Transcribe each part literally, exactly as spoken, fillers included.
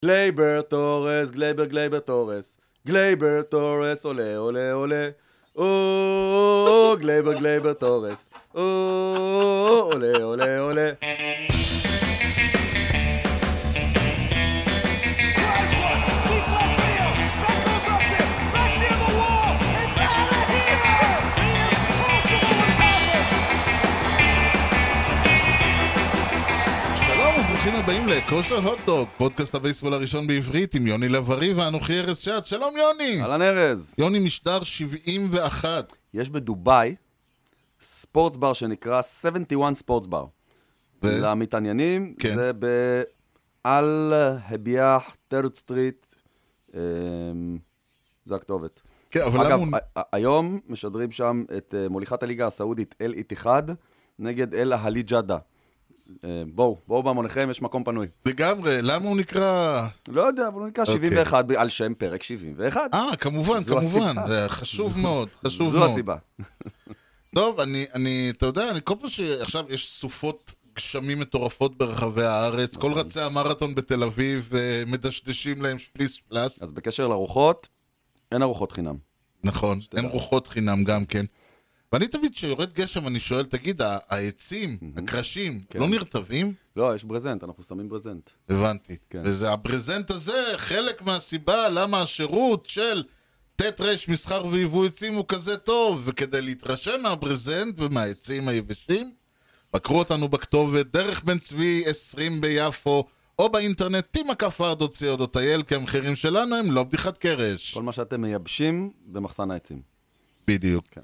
גלייבר טורס, גלייבר גלייבר טורס, גלייבר טורס, עולה עולה עולה, או גלייבר גלייבר טורס, או עולה עולה עולה. ברוכים הבאים לכושר הוטדוג, פודקאסט הבייסבול הראשון בעברית עם יוני לב-ארי ואנוכי ארז שעד. שלום יוני. אהלן ארז. יוני, משדר שבעים ואחת. יש בדובאי ספורטס בר שנקרא שבעים ואחת ספורטס בר. ו... למתעניינים, כן. זה באל הביח טרד סטריט, זה הכתובת. כן, אבל אגב, למה... ה- היום משדרים שם את uh, מוליכת הליגה הסעודית אל איתיחד נגד אל ההלי ג'דה. Uh, בואו, בואו במוניכם, יש מקום פנוי. לגמרי, למה הוא נקרא... לא יודע, אבל הוא נקרא שבעים ואחת על שם פרק שבעים ואחת. אה, כמובן, זו כמובן. הסיבה. זה חשוב מאוד, חשוב זו מאוד. הסיבה. טוב, אני, אני, אתה יודע, אני כל פעם שעכשיו יש סופות גשמים מטורפות ברחבי הארץ, כל רצי המרתון בתל אביב מדשדשים להם שפליס פלס. אז בקשר לרוחות, אין ארוחות חינם. נכון, אין רוחות חינם גם כן. ואני תמיד כשיורד גשם אני שואל, תגיד, העצים, הקרשים, לא נרטבים? לא, יש ברזנט, אנחנו שמים ברזנט. הבנתי. כן. וזה הברזנט הזה, חלק מהסיבה למה השירות של תת רש מסחר ויבוא עצים הוא כזה טוב, וכדי להתרשם מהברזנט ומהעצים היבשים, בקרו אותנו בכתובת דרך בן צבי עשרים ביפו, או באינטרנט טימה כפר דוט סי או דוט איי אל, כי המחירים שלנו הם לא בדיחת קרש. כל מה שאתם מייבשים במחסן העצים. בדיוק. כן.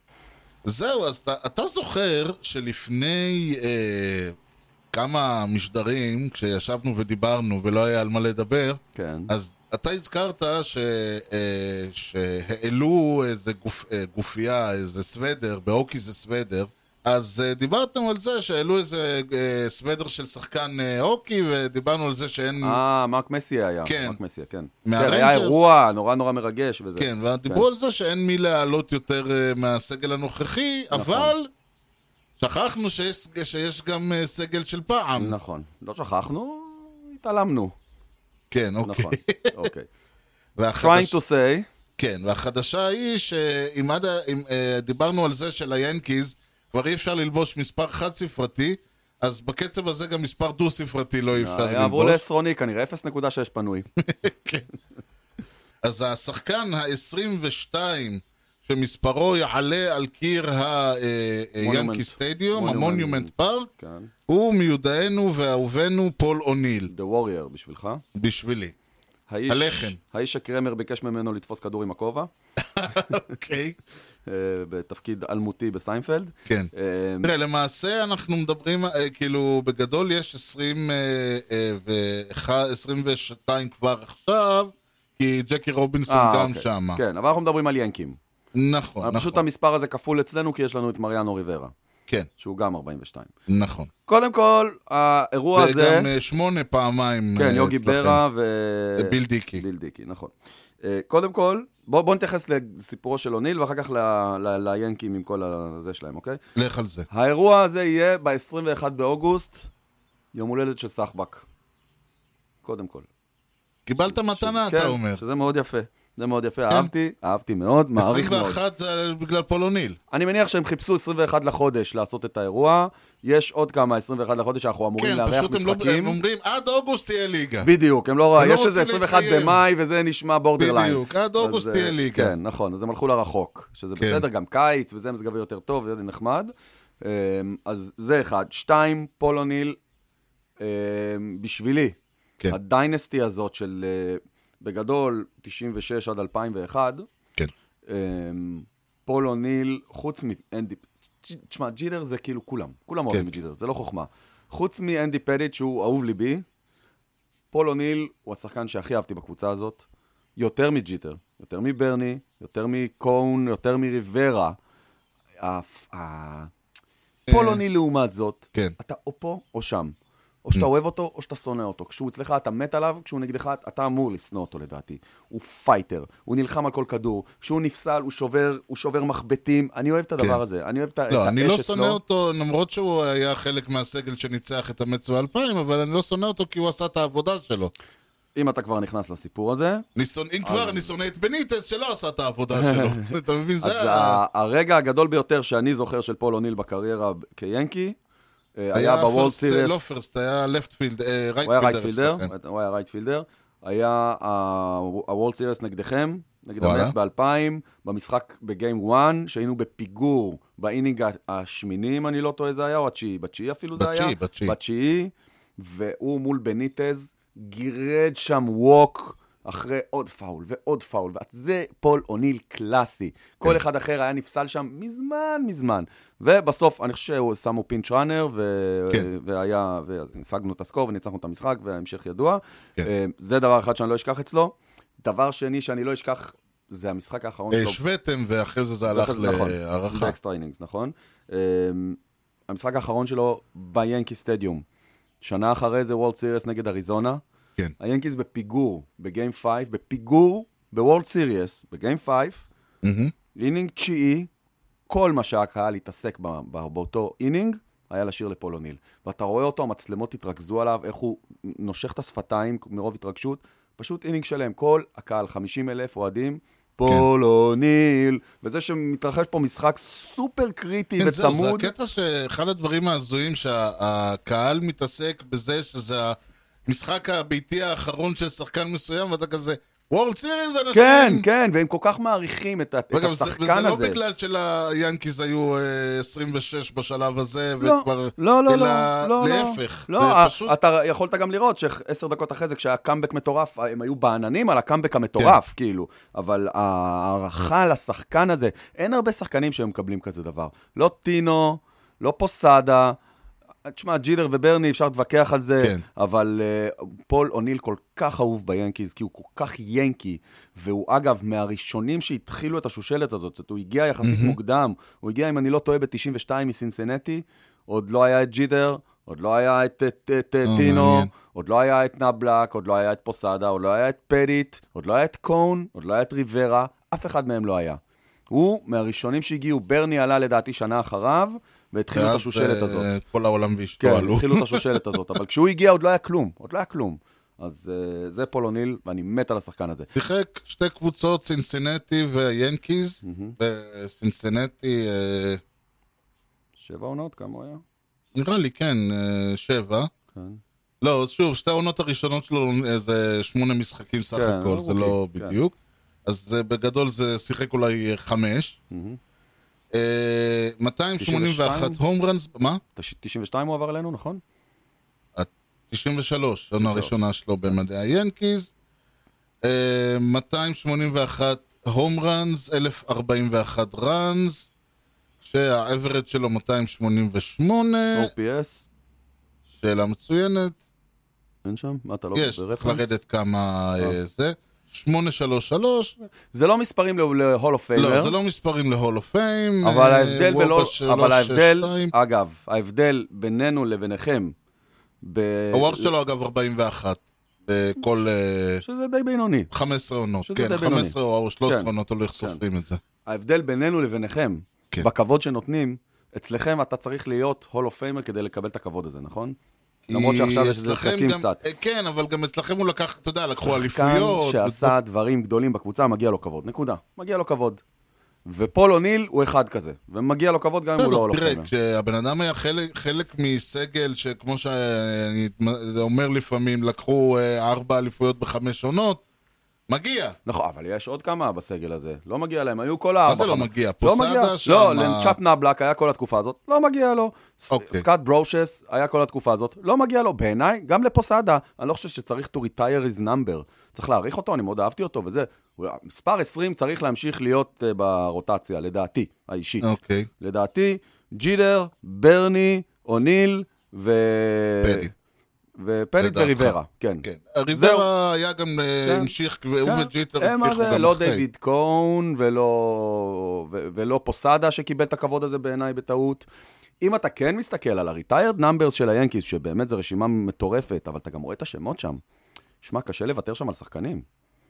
זהו, אז אתה, אתה זוכר שלפני אה, כמה משדרים, כשישבנו ודיברנו ולא היה על מה לדבר, כן. אז אתה הזכרת ש, אה, שהעלו איזה גוף, אה, גופייה, איזה סוודר, באוקי זה סוודר, אז אה, דיברתם על זה שהעלו איזה אה, סוודר של שחקן אה, אוקי, ודיברנו על זה שאין... אה, מרק מסי היה. כן. מרק מסי, כן. מהרנג'רס. כן, היה אירוע נורא נורא מרגש וזה. כן, ודיברו כן. על זה שאין מי להעלות יותר uh, מהסגל הנוכחי, נכון. אבל שכחנו שיש, שיש גם uh, סגל של פעם. נכון. לא שכחנו, התעלמנו. כן, אוקיי. נכון, אוקיי. והחדש... trying to say... כן, והחדשה היא שאם עד, אם, uh, דיברנו על זה של היאנקיז, כבר אי אפשר ללבוש מספר חד ספרתי, אז בקצב הזה גם מספר דו ספרתי לא אי אפשר ללבוש. יעברו לעשרוני כנראה, אפס נקודה שש פנוי. כן. אז השחקן ה-עשרים ושתיים שמספרו יעלה על קיר היאנקי סטדיום, המוניומנט פארק, הוא מיודענו ואהובנו פול אוניל. The Warrior בשבילך. בשבילי. האיש, הלחם. האיש שקרמר ביקש ממנו לתפוס כדור עם הכובע. אוקיי. בתפקיד אלמותי בסיינפלד. כן. תראה, למעשה אנחנו מדברים, כאילו, בגדול יש עשרים ושתיים כבר עכשיו, כי ג'קי רובינסון גם שם. כן, אבל אנחנו מדברים על ינקים. נכון, נכון. פשוט המספר הזה כפול אצלנו, כי יש לנו את מריאנו ריברה. כן. שהוא גם ארבעים ושתיים. נכון. קודם כל, האירוע הזה... וגם שמונה פעמים... כן, יוגי ברה ו... ביל דיקי. ביל דיקי, נכון. קודם כל, בואו נתייחס לסיפורו של אוניל, ואחר כך ליאנקים עם כל הזה שלהם, אוקיי? לך על זה. האירוע הזה יהיה ב-עשרים ואחד באוגוסט, יום הולדת של סחבק. קודם כל. קיבלת מתנה, אתה אומר. שזה מאוד יפה. זה מאוד יפה, אהבתי, אהבתי מאוד, מעריך מאוד. עשרים ואחת זה בגלל פול אוניל. אני מניח שהם חיפשו עשרים ואחד לחודש לעשות את האירוע. יש עוד כמה עשרים ואחד לחודש שאנחנו אמורים לארח משחקים. כן, פשוט הם אומרים, עד אוגוסט תהיה ליגה. בדיוק, הם לא רואים, יש איזה עשרים ואחד במאי וזה נשמע בורדרליין. בדיוק, עד אוגוסט תהיה ליגה. כן, נכון, אז הם הלכו לרחוק, שזה בסדר, גם קיץ וזה מזג אוויר יותר טוב, זה נחמד. אז זה אחד. שתיים, פול אוניל, בשבילי, הדיינסטי הזאת של... בגדול, תשעים ושש עד אלפיים ואחת, כן. פול אוניל, חוץ מאנדי... תשמע, ג'יטר זה כאילו כולם. כולם אוהבים כן. ג'יטר, זה לא חוכמה. חוץ מאנדי פדיץ' שהוא אהוב ליבי, פול אוניל הוא השחקן שהכי אהבתי בקבוצה הזאת. יותר מג'יטר, יותר מברני, יותר מקון, יותר מריברה. פול אוניל לעומת זאת, כן. אתה או פה או שם. או שאתה אוהב אותו, או שאתה שונא אותו. כשהוא אצלך, אתה מת עליו, כשהוא נגדך, אתה אמור לשנוא אותו לדעתי. הוא פייטר, הוא נלחם על כל כדור. כשהוא נפסל, הוא שובר, הוא שובר מחבטים. אני אוהב את הדבר הזה. אני אוהב את האש אצלו. לא, אני לא שונא אותו, למרות שהוא היה חלק מהסגל שניצח את המץ ב-אלפיים, אבל אני לא שונא אותו כי הוא עשה את העבודה שלו. אם אתה כבר נכנס לסיפור הזה... ניסון, אם כבר, אני שונא את בניטס שלא עשה את העבודה שלו. אתה מבין, זה... אז הרגע הגדול ביותר שאני זוכר של פול אוניל בקריירה כיאנקי, היה בוולד סיריוס... לא פרסט, היה לפט פילד, רייט הוא היה רייט פילדר. פילדר, הוא היה רייט פילדר. היה הוולד סיריוס נגדכם, נגד המץ ב-אלפיים, במשחק בגיים אחת, שהיינו בפיגור באינינג השמיני, אם אני לא טועה זה היה, או התשיעי, בתשיעי אפילו זה היה. בתשיעי, בתשיעי. בתשיעי, והוא מול בניטז, גירד שם ווק, אחרי עוד פאול ועוד פאול, וזה פול אוניל קלאסי. כל אחד אחר היה נפסל שם מזמן, מזמן. ובסוף, אני חושב שהוא שמו פינץ' ראנר, והיה, והשגנו את הסקור, וניצחנו את המשחק, וההמשך ידוע. זה דבר אחד שאני לא אשכח אצלו. דבר שני שאני לא אשכח, זה המשחק האחרון שלו. השוויתם, ואחרי זה זה הלך להערכה. באקסטרה אינינגס, נכון. המשחק האחרון שלו ביאנקי סטדיום. שנה אחרי זה וולד סיריוס נגד אריזונה. כן. היאנקיז בפיגור, בגיים חמש, בפיגור, בוולד סיריוס, בגיים חמש, אינינג תשיעי, כל מה שהקהל התעסק באותו אינינג, היה לשיר לפול אוניל. ואתה רואה אותו, המצלמות התרכזו עליו, איך הוא נושך את השפתיים מרוב התרגשות, פשוט אינינג שלהם, כל הקהל, חמישים אלף אוהדים, פול אוניל, וזה שמתרחש פה משחק סופר קריטי וצמוד. כן, זהו, זה הקטע שאחד הדברים ההזויים שהקהל מתעסק בזה שזה המשחק הביתי האחרון של שחקן מסוים, ואתה כזה, וורלד סיריז אנשים. כן, כן, והם כל כך מעריכים את השחקן הזה. וזה לא בגלל שליאנקיז היו עשרים ושש בשלב הזה, וכבר... לא, לא, לא, לא. להפך. לא, אתה יכולת גם לראות שעשר דקות אחרי זה, כשהיה קאמבק מטורף, הם היו בעננים על הקאמבק המטורף, כאילו. אבל הערכה לשחקן הזה, אין הרבה שחקנים שהם מקבלים כזה דבר. לא טינו, לא פוסאדה, תשמע, ג'ידר וברני, אפשר להתווכח על זה, כן. אבל uh, פול אוניל כל כך אהוב ביאנקיז, כי הוא כל כך ינקי, והוא אגב מהראשונים שהתחילו את השושלת הזאת, זאת, הוא הגיע יחסית mm-hmm. מוקדם, הוא הגיע, אם אני לא טועה, ב-תשעים ושתיים מסינסינטי, עוד לא היה את ג'ידר, עוד לא היה את, את, את, את oh, טינו, man. עוד לא היה את נאבלק, עוד לא היה את פוסאדה, עוד לא היה את פדיט, עוד לא היה את קון, עוד לא היה את ריברה, אף אחד מהם לא היה. הוא מהראשונים שהגיעו, ברני עלה לדעתי שנה אחריו, והתחילו את השושלת הזאת. כל העולם ואשתו עלו. כן, התחילו את השושלת הזאת, אבל כשהוא הגיע עוד לא היה כלום, עוד לא היה כלום. אז uh, זה פול אוניל, ואני מת על השחקן הזה. שיחק שתי קבוצות, סינסינטי ויאנקיז, וסינסינטי... Uh... שבע עונות, כמה הוא היה? נראה לי, כן, uh, שבע. כן. לא, שוב, שתי העונות הראשונות שלו, זה שמונה משחקים סך כן, הכל, זה אוקיי, לא כן. בדיוק. אז uh, בגדול זה שיחק אולי חמש. מאתיים שמונים ואחת הום ראנס, מה? תשעים ושתיים הוא עבר אלינו, נכון? תשעים ושלוש, עונה הראשונה שלו במדעי היאנקיז. מאתיים שמונים ואחת הום ראנס, אלף ארבעים ואחת ראנס, שהאברד שלו מאתיים שמונים ושמונה. או פי אס. שאלה מצוינת. אין שם? מה אתה לא... יש, לרדת כמה זה. שמונה שלוש שלוש. זה לא מספרים להול אוף פיימר. לא, זה לא מספרים להול אוף פיימר. אבל ההבדל בלא... אבל ההבדל... אגב, ההבדל בינינו לביניכם... הווארד שלו אגב ארבעים ואחת. בכל... שזה די בינוני. חמש עשרה עונות. כן, חמש עשרה או שלוש עשרה עונות, הולך סופרים את זה. ההבדל בינינו לביניכם, בכבוד שנותנים, אצלכם אתה צריך להיות הול אוף פיימר כדי לקבל את הכבוד הזה, נכון? למרות שעכשיו יש איזה שחקים קצת. כן, אבל גם אצלכם הוא לקח, אתה יודע, לקחו אליפויות. שחקן שעשה דברים גדולים בקבוצה, מגיע לו כבוד, נקודה. מגיע לו כבוד. ופול אוניל הוא אחד כזה, ומגיע לו כבוד גם אם הוא לא הולך. תראה, כשהבן אדם היה חלק מסגל, שכמו שאני אומר לפעמים, לקחו ארבע אליפויות בחמש עונות, מגיע. נכון, אבל יש עוד כמה בסגל הזה. לא מגיע להם, היו כל הארבע. מה זה לא מגיע? פוסאדה שם... לא, לנצ'אפ נאבלק היה כל התקופה הזאת. לא מגיע לו. סקאט ברושס היה כל התקופה הזאת. לא מגיע לו. בעיניי, גם לפוסאדה, אני לא חושב שצריך to retire his number. צריך להעריך אותו, אני מאוד אהבתי אותו, וזה... מספר עשרים צריך להמשיך להיות ברוטציה, לדעתי, האישית. אוקיי. לדעתי, ג'ידר, ברני, אוניל ו... פדי. ופדיט וריברה, כן. ריברה היה גם המשיך, והוא וג'יטר המשיכו גם אחרי. לא דיוויד קון ולא פוסאדה שקיבל את הכבוד הזה בעיניי בטעות. אם אתה כן מסתכל על ה-retired numbers של היאנקיז, שבאמת זו רשימה מטורפת, אבל אתה גם רואה את השמות שם. שמע, קשה לוותר שם על שחקנים.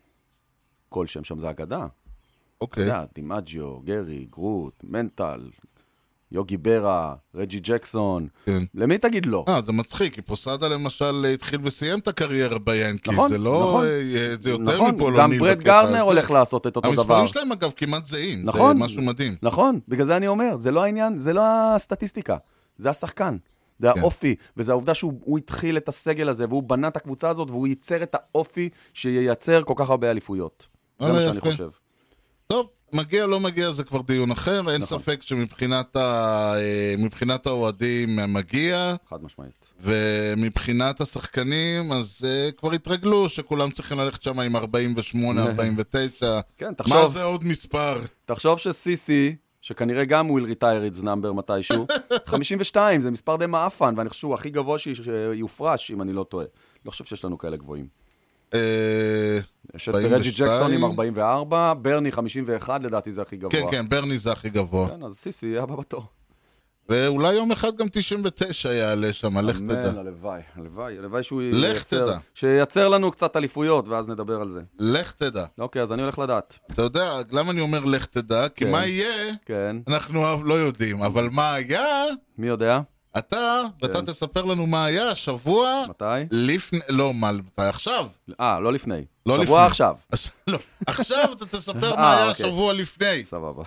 כל שם שם זה אגדה. אוקיי. אתה יודע, דימג'יו, גרי, גרוט, מנטל, יוגי ברה, רג'י ג'קסון. כן. למי תגיד לא? אה, זה מצחיק, כי פוסאדה למשל התחיל וסיים את הקריירה ביאנקי, נכון, זה לא... נכון. זה יותר נכון, מפול גם אוניל ברד בקטע הזה. גרנר הולך לעשות את אותו דבר. המספרים שלהם אגב כמעט זהים, נכון. זה משהו מדהים. נכון, בגלל זה אני אומר, זה לא העניין, זה לא הסטטיסטיקה, זה השחקן. זה כן. האופי, וזה העובדה שהוא התחיל את הסגל הזה, והוא בנה את הקבוצה הזאת, והוא ייצר את האופי שייצר כל כך הרבה אליפויות. זה מה שאני חושב. טוב, מגיע לא מגיע זה כבר דיון אחר, אין נכון. ספק שמבחינת ה... מבחינת האוהדים מגיע, חד משמעית. ומבחינת השחקנים, אז uh, כבר התרגלו שכולם צריכים ללכת שם עם ארבעים ושמונה, ארבעים ותשע. כן, תחשוב. מה זה עוד מספר? תחשוב שסיסי, שכנראה גם will retire its number מתישהו, חמישים ושתיים, זה מספר די מאפן, ואני חושב שהוא הכי גבוה שיופרש, אם אני לא טועה. לא חושב שיש לנו כאלה גבוהים. יש את רג'י ג'קסון עם ארבעים וארבע, ברני חמישים ואחת, לדעתי זה הכי גבוה. כן, כן, ברני זה הכי גבוה. כן, אז סיסי יהיה הבא בתור. ואולי יום אחד גם תשעים ותשע יעלה שם, לך תדע. אמן, הלוואי, הלוואי, הלוואי שהוא לך תדע. שייצר לנו קצת אליפויות, ואז נדבר על זה. לך תדע. אוקיי, אז אני הולך לדעת. אתה יודע, למה אני אומר לך תדע? כי מה יהיה, כן. אנחנו לא יודעים, אבל מה היה, מי יודע? אתה, ואתה תספר לנו מה היה השבוע, מתי? לפני, לא, מה, מתי עכשיו? אה, לא לפני. לא לפני. שבוע עכשיו. לא, עכשיו אתה תספר אה, מה היה אוקיי. השבוע לפני. סבבה.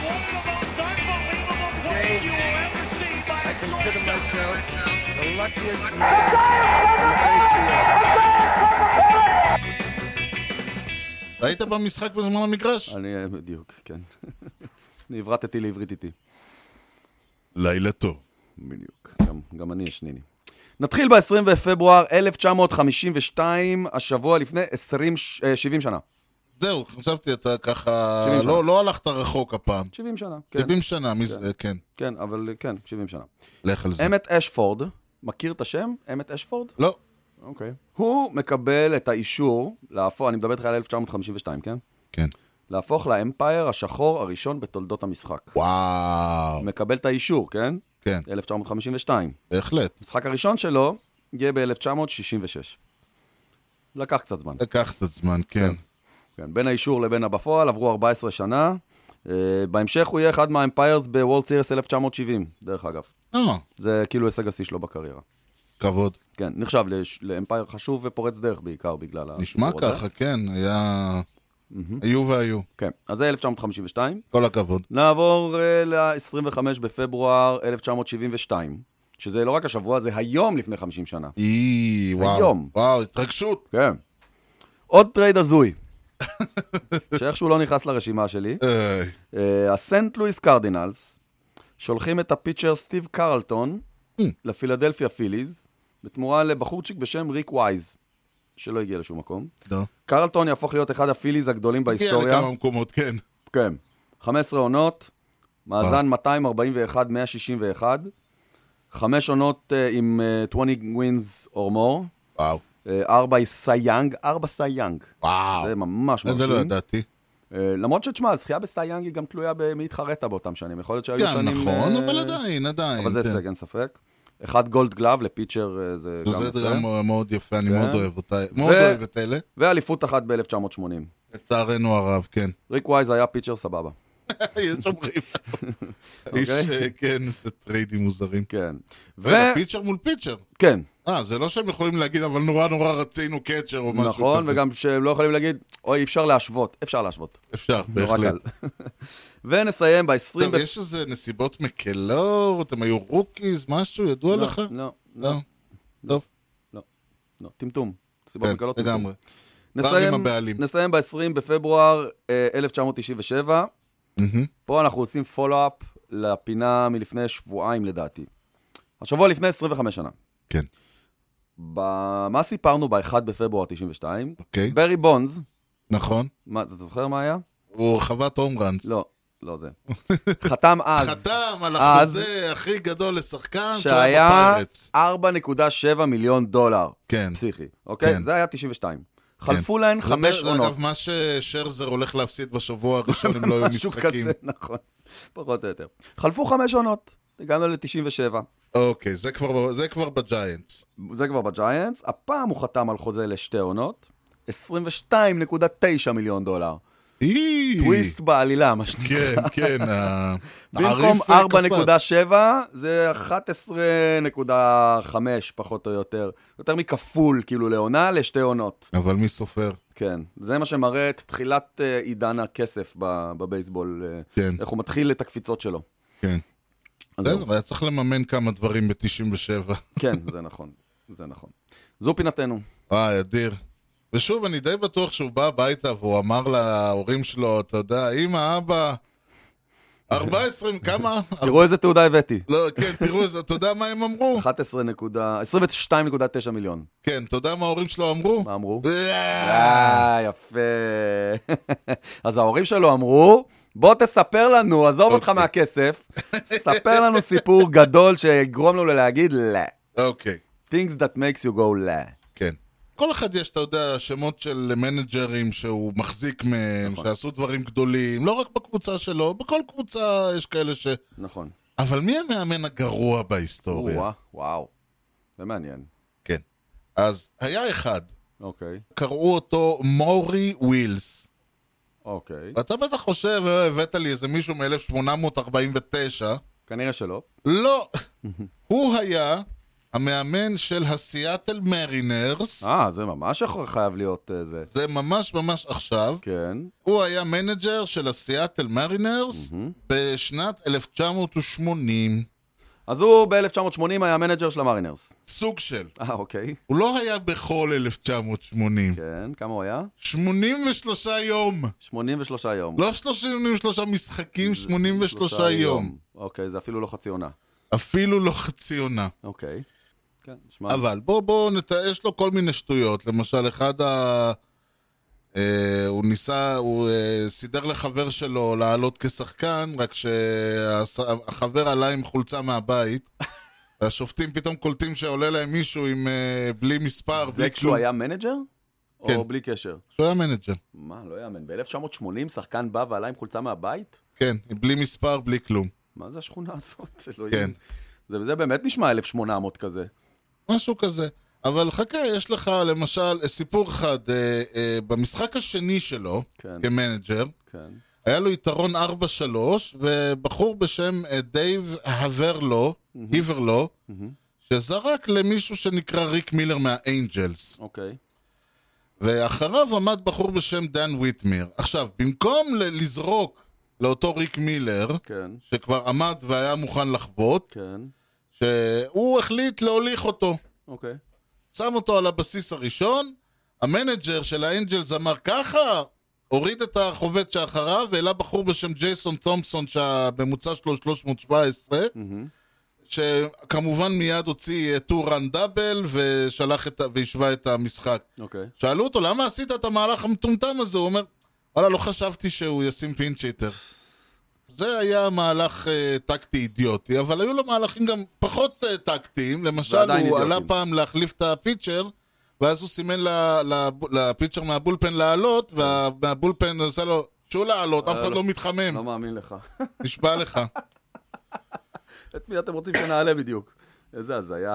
I consider myself the luckiest man on the face of the earth. היית במשחק בזמן המגרש? אני, בדיוק, כן. אני הברטתי לעברית איתי. לילה טוב. בדיוק, גם, גם אני ישניני. נתחיל ב-עשרים בפברואר אלף תשע מאות חמישים ושתיים, השבוע לפני עשרים, שבעים שנה. זהו, חשבתי אתה ככה, שבעים לא, שנה. לא הלכת רחוק הפעם. שבעים שנה, כן. שבעים שנה, מזה, כן. כן, אבל כן, שבעים שנה. לך על זה. אמת אשפורד, מכיר את השם? אמת אשפורד? לא. אוקיי. הוא מקבל את האישור להפוך, אני מדבר איתך על אלף תשע מאות חמישים ושתיים, כן? כן. להפוך לאמפייר השחור הראשון בתולדות המשחק. וואו. מקבל את האישור, כן? כן, אלף תשע מאות חמישים ושתיים. בהחלט. המשחק הראשון שלו יהיה ב-אלף תשע מאות שישים ושש. לקח קצת זמן. לקח קצת זמן, כן. כן, בין האישור לבין הבפועל עברו ארבע עשרה שנה. Uh, בהמשך הוא יהיה אחד מהאמפיירס בוולד סיריס אלף תשע מאות שבעים, דרך אגב. אה, זה כאילו הישג השיא שלו בקריירה. כבוד. כן, נחשב לש... לאמפייר חשוב ופורץ דרך בעיקר בגלל נשמע הסיפור הזה. ככה, כן, היה... היו והיו. כן, אז זה אלף תשע מאות חמישים ושתיים. כל הכבוד. נעבור uh, ל-עשרים וחמישה בפברואר אלף תשע מאות שבעים ושתיים, שזה לא רק השבוע, זה היום לפני חמישים שנה. אי, וואו. היום. וואו, התרגשות. כן. עוד טרייד הזוי. שאיכשהו לא נכנס לרשימה שלי. איי. הסנט לואיס קרדינלס שולחים את הפיצ'ר סטיב קרלטון לפילדלפיה פיליז, בתמורה לבחורצ'יק בשם ריק ווייז, שלא הגיע לשום מקום. לא. קרלטון יהפוך להיות אחד הפיליז הגדולים הגיע בהיסטוריה. לכמה מקומות, כן. כן. חמש עשרה עונות, מאזן מאתיים ארבעים ואחת מאה שישים ואחת, חמש עונות uh, עם uh, עשרים wins or more, וואו. uh, ארבע סייאנג, ארבע סייאנג. וואו. זה ממש זה לא מרשים. ידעתי. Uh, למרות שתשמע, הזכייה בסייאנג היא גם תלויה במי התחרטה באותם שנים. יכול להיות שהיו כן, שנים... נכון, uh, אבל עדיין, עדיין. אבל זה כן. הישג, אין ספק. אחד גולד גלאב לפיצ'ר, uh, זה גם וזה יפה. גם מאוד יפה, אני כן. מאוד אוהב אותה. מאוד ו- אוהב את אלה. ואליפות אחת ב-אלף תשע מאות שמונים. לצערנו הרב, כן. ריק ווייז היה פיצ'ר סבבה. יש אומרים. איש, אוקיי. אה, כן, זה טריידים מוזרים. כן. ו... ופיצ'ר מול פיצ'ר. כן, אה, זה לא שהם יכולים להגיד, אבל נורא נורא רצינו קצ'ר או משהו כזה. נכון, וגם שהם לא יכולים להגיד, אוי, אפשר להשוות. אפשר להשוות. אפשר, נורא בהחלט. קל. ונסיים ב-עשרים... טוב, יש איזה נסיבות מקלות, הם היו רוקיז, משהו, ידוע לא, לך? לא, לא. לא. טוב, לא, טמטום. סיבות כן, מקלות. טמטום. לגמרי. נסיים, עם הבעלים. נסיים ב-עשרים בפברואר אה, אלף תשע מאות תשעים ושבע. מהמם. פה אנחנו עושים פולו-אפ לפינה מלפני שבועיים לדעתי. השבוע לפני עשרים וחמש שנה. כן, ב- מה סיפרנו ב-אחד בפברואר תשעים ושתיים? אוקיי, ברי בונדס, נכון. מה, אתה זוכר מה היה? הוא חוות הום ראנס. לא, לא זה. חתם אז, חתם על אז- החוזה הכי גדול לשחקן שהיה שהיה בפיירטס. ארבע נקודה שבע מיליון דולר. כן. פסיכי, אוקיי? כן. זה היה תשעים ושתיים. חלפו להן זה חמש ב- עונות. אגב, מה ששרזר הולך להפסיד בשבוע הראשון אם לא יהיו משהו משחקים. כזה, נכון. פחות או יותר. חלפו חמש עונות, הגענו ל-תשעים ושבע. אוקיי, זה כבר- זה כבר בג'יינטס. זה כבר בג'יינטס. הפעם הוא חתם על חוזה לשתי עונות, עשרים ושתיים נקודה תשע מיליון דולר. אי, טוויסט בעלילה, מה שנקרא. כן, כן, ה- במקום העריף ארבע קפץ. נקודה שבע, זה אחת עשרה נקודה חמש, פחות או יותר. יותר מכפול, כאילו, לעונה לשתי עונות. אבל מי סופר? כן, זה מה שמראה את תחילת אה, עידן הכסף ב- בבייסבול. אה, כן. איך הוא מתחיל את הקפיצות שלו. כן. אז זהו. בסדר, היה צריך לממן כמה דברים ב-תשעים ושבע. כן, זה נכון. זה נכון. זו פינתנו. וואי, אדיר. ושוב, אני די בטוח שהוא בא הביתה והוא אמר להורים שלו, אתה יודע, אמא, אבא, ארבע עשרה, כמה? תראו איזה תעודה הבאתי. לא, כן, תראו, איזה- אתה יודע מה הם אמרו? אחת עשרה נקודה... עשרים ושתיים נקודה תשע מיליון. כן, אתה יודע מה ההורים שלו אמרו? מה אמרו? אה, אה, יפה. אז ההורים שלו אמרו, בוא תספר לנו, עזוב אותך אוקיי. מהכסף, ספר לנו סיפור גדול שיגרום לו להגיד לא. אוקיי, Things that makes you go לא. כן. כל אחד יש, אתה יודע, שמות של מנג'רים שהוא מחזיק מהם, נכון. שעשו דברים גדולים, לא רק בקבוצה שלו, בכל קבוצה יש כאלה ש... נכון. אבל מי המאמן הגרוע בהיסטוריה? וואו, וואו. זה מעניין. כן. אז היה אחד, אוקיי, קראו אותו מורי ווילס. אוקיי. ואתה בטח חושב, "אה, הבאת לי איזה מישהו מ-אלף שמונה מאות ארבעים ותשע. כנראה שלא. לא. הוא היה המאמן של הסיאטל מרינרס. אה, זה ממש יכול- חייב להיות אה, זה. זה ממש ממש עכשיו. כן. הוא היה מנג'ר של הסיאטל מרינרס בשנת אלף תשע מאות ושמונים. אז הוא ב-אלף תשע מאות שמונים היה מנג'ר של המרינרס. סוג של. אה, אוקיי. הוא לא היה בכל אלף תשע מאות שמונים. כן, כמה הוא היה? שמונים ושלושה יום. שמונים ושלושה יום. לא שלושים ושלושה משחקים, שמונים ושלושה יום. אוקיי, זה אפילו לא חצי עונה. אפילו לא חצי עונה. אוקיי. כן, נשמע. אבל בוא, בוא, נת... יש לו כל מיני שטויות. למשל, אחד ה... אה, הוא ניסה, הוא אה, סידר לחבר שלו לעלות כשחקן, רק שהחבר עלה עם חולצה מהבית. והשופטים פתאום קולטים שעולה להם מישהו עם אה, בלי מספר, זה בלי כשהוא כלום. היה מנג'ר? כן. או בלי קשר? שהוא היה מנג'ר. מה, לא יאמן. ב-אלף תשע מאות שמונים שחקן בא ועלה עם חולצה מהבית? כן, בלי מספר, בלי כלום. מה זה השכונה הזאת? אלוהים. כן. זה, זה באמת נשמע אלף שמונה מאות כזה. משהו כזה. אבל חכה, יש לך למשל סיפור אחד, אה, אה, במשחק השני שלו, כן. כמנג'ר, כן. היה לו יתרון ארבע שלוש, ובחור בשם אה, דייב הוורלו, היברלו, שזרק למישהו שנקרא ריק מילר מהאנג'לס. אוקיי. ואחריו עמד בחור בשם דן ויטמיר. עכשיו, במקום ל- לזרוק לאותו ריק מילר, כן. שכבר עמד והיה מוכן לחוות, כן. שהוא החליט להוליך אותו. אוקיי. שם אותו על הבסיס הראשון, המנג'ר של האנג'לס אמר ככה, הוריד את החובט שאחריו, והעלה בחור בשם ג'ייסון תומפסון, שהממוצע שלו שלוש מאות שבע עשרה, שכמובן מיד הוציא טו רן דאבל, ושלח את, ה- והשווה את המשחק. אוקיי. שאלו אותו, למה עשית את המהלך המטומטם הזה? הוא אומר, וואלה, לא חשבתי שהוא ישים פינצ'יטר. זה היה מהלך uh, טקטי אידיוטי, אבל היו לו מהלכים גם פחות uh, טקטיים. למשל, הוא ועדיין עלה אידיוטיים. פעם להחליף את הפיצ'ר, ואז הוא סימן ל- ל- לפיצ'ר מהבולפן לעלות, והבולפן עושה לו, שהוא לעלות, אף אחד לא מתחמם. לא מאמין לך. נשבע לך. את מי אתם רוצים שנעלה בדיוק? איזה הזיה.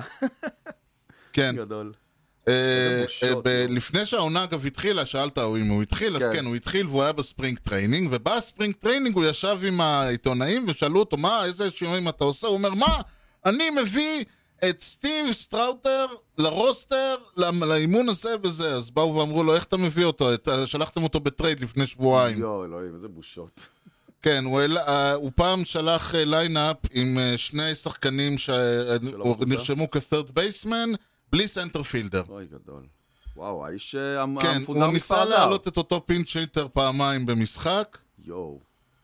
כן. גדול. אה, איזה אה, בושות, ב- יואו. לפני שהעונה אגב התחילה, שאלת אם הוא התחיל, אז כן. כן, הוא התחיל והוא היה בספרינג טריינינג, ובספרינג טריינינג הוא ישב עם העיתונאים ושאלו אותו, מה, איזה שינויים אתה עושה? הוא אומר, מה, אני מביא את סטיב סטראוטר לרוסטר, למ- לאימון הזה וזה. אז באו ואמרו לו, איך אתה מביא אותו? את- שלחתם אותו בטרייד לפני שבועיים. יואו, אלוהים, איזה בושות. כן, הוא, העלה- הוא פעם שלח ליינאפ עם אה, שני שחקנים הקבוצה? שנרשמו כ-third baseman, בלי סנטר פילדר. אוי, גדול. וואו, האיש אה, המ- כן, המפוזר הוא מכפר ניסה אזר. להעלות את אותו פינצ'יטר פעמיים במשחק, יואו.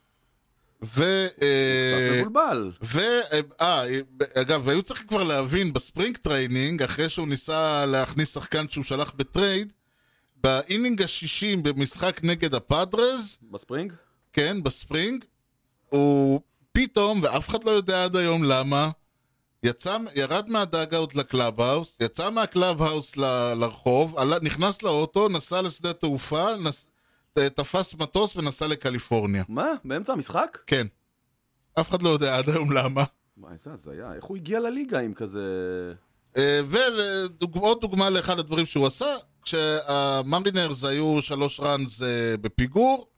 ו... קצת אה, מבולבל. ו... אה, אגב, היו צריכים כבר להבין בספרינג טריינינג, אחרי שהוא ניסה להכניס שחקן שהוא שלח בטרייד, באינינג השישי במשחק נגד הפאדרז, בספרינג? כן, בספרינג, הוא פתאום, ואף אחד לא יודע עד היום למה, יצא, ירד מהדאגאוט לקלאב-האוס, יצא מהקלאב-האוס ל- לרחוב, עלה, נכנס לאוטו, נסע לשדה תעופה, נס, תפס מטוס ונסע לקליפורניה. מה? באמצע המשחק? כן. אף אחד לא יודע עד היום למה. מה, איזה הזיה. איך הוא הגיע לליגה עם כזה... אה, ועוד דוגמה לאחד הדברים שהוא עשה, כשהמרינרס היו שלוש ראנס אה, בפיגור,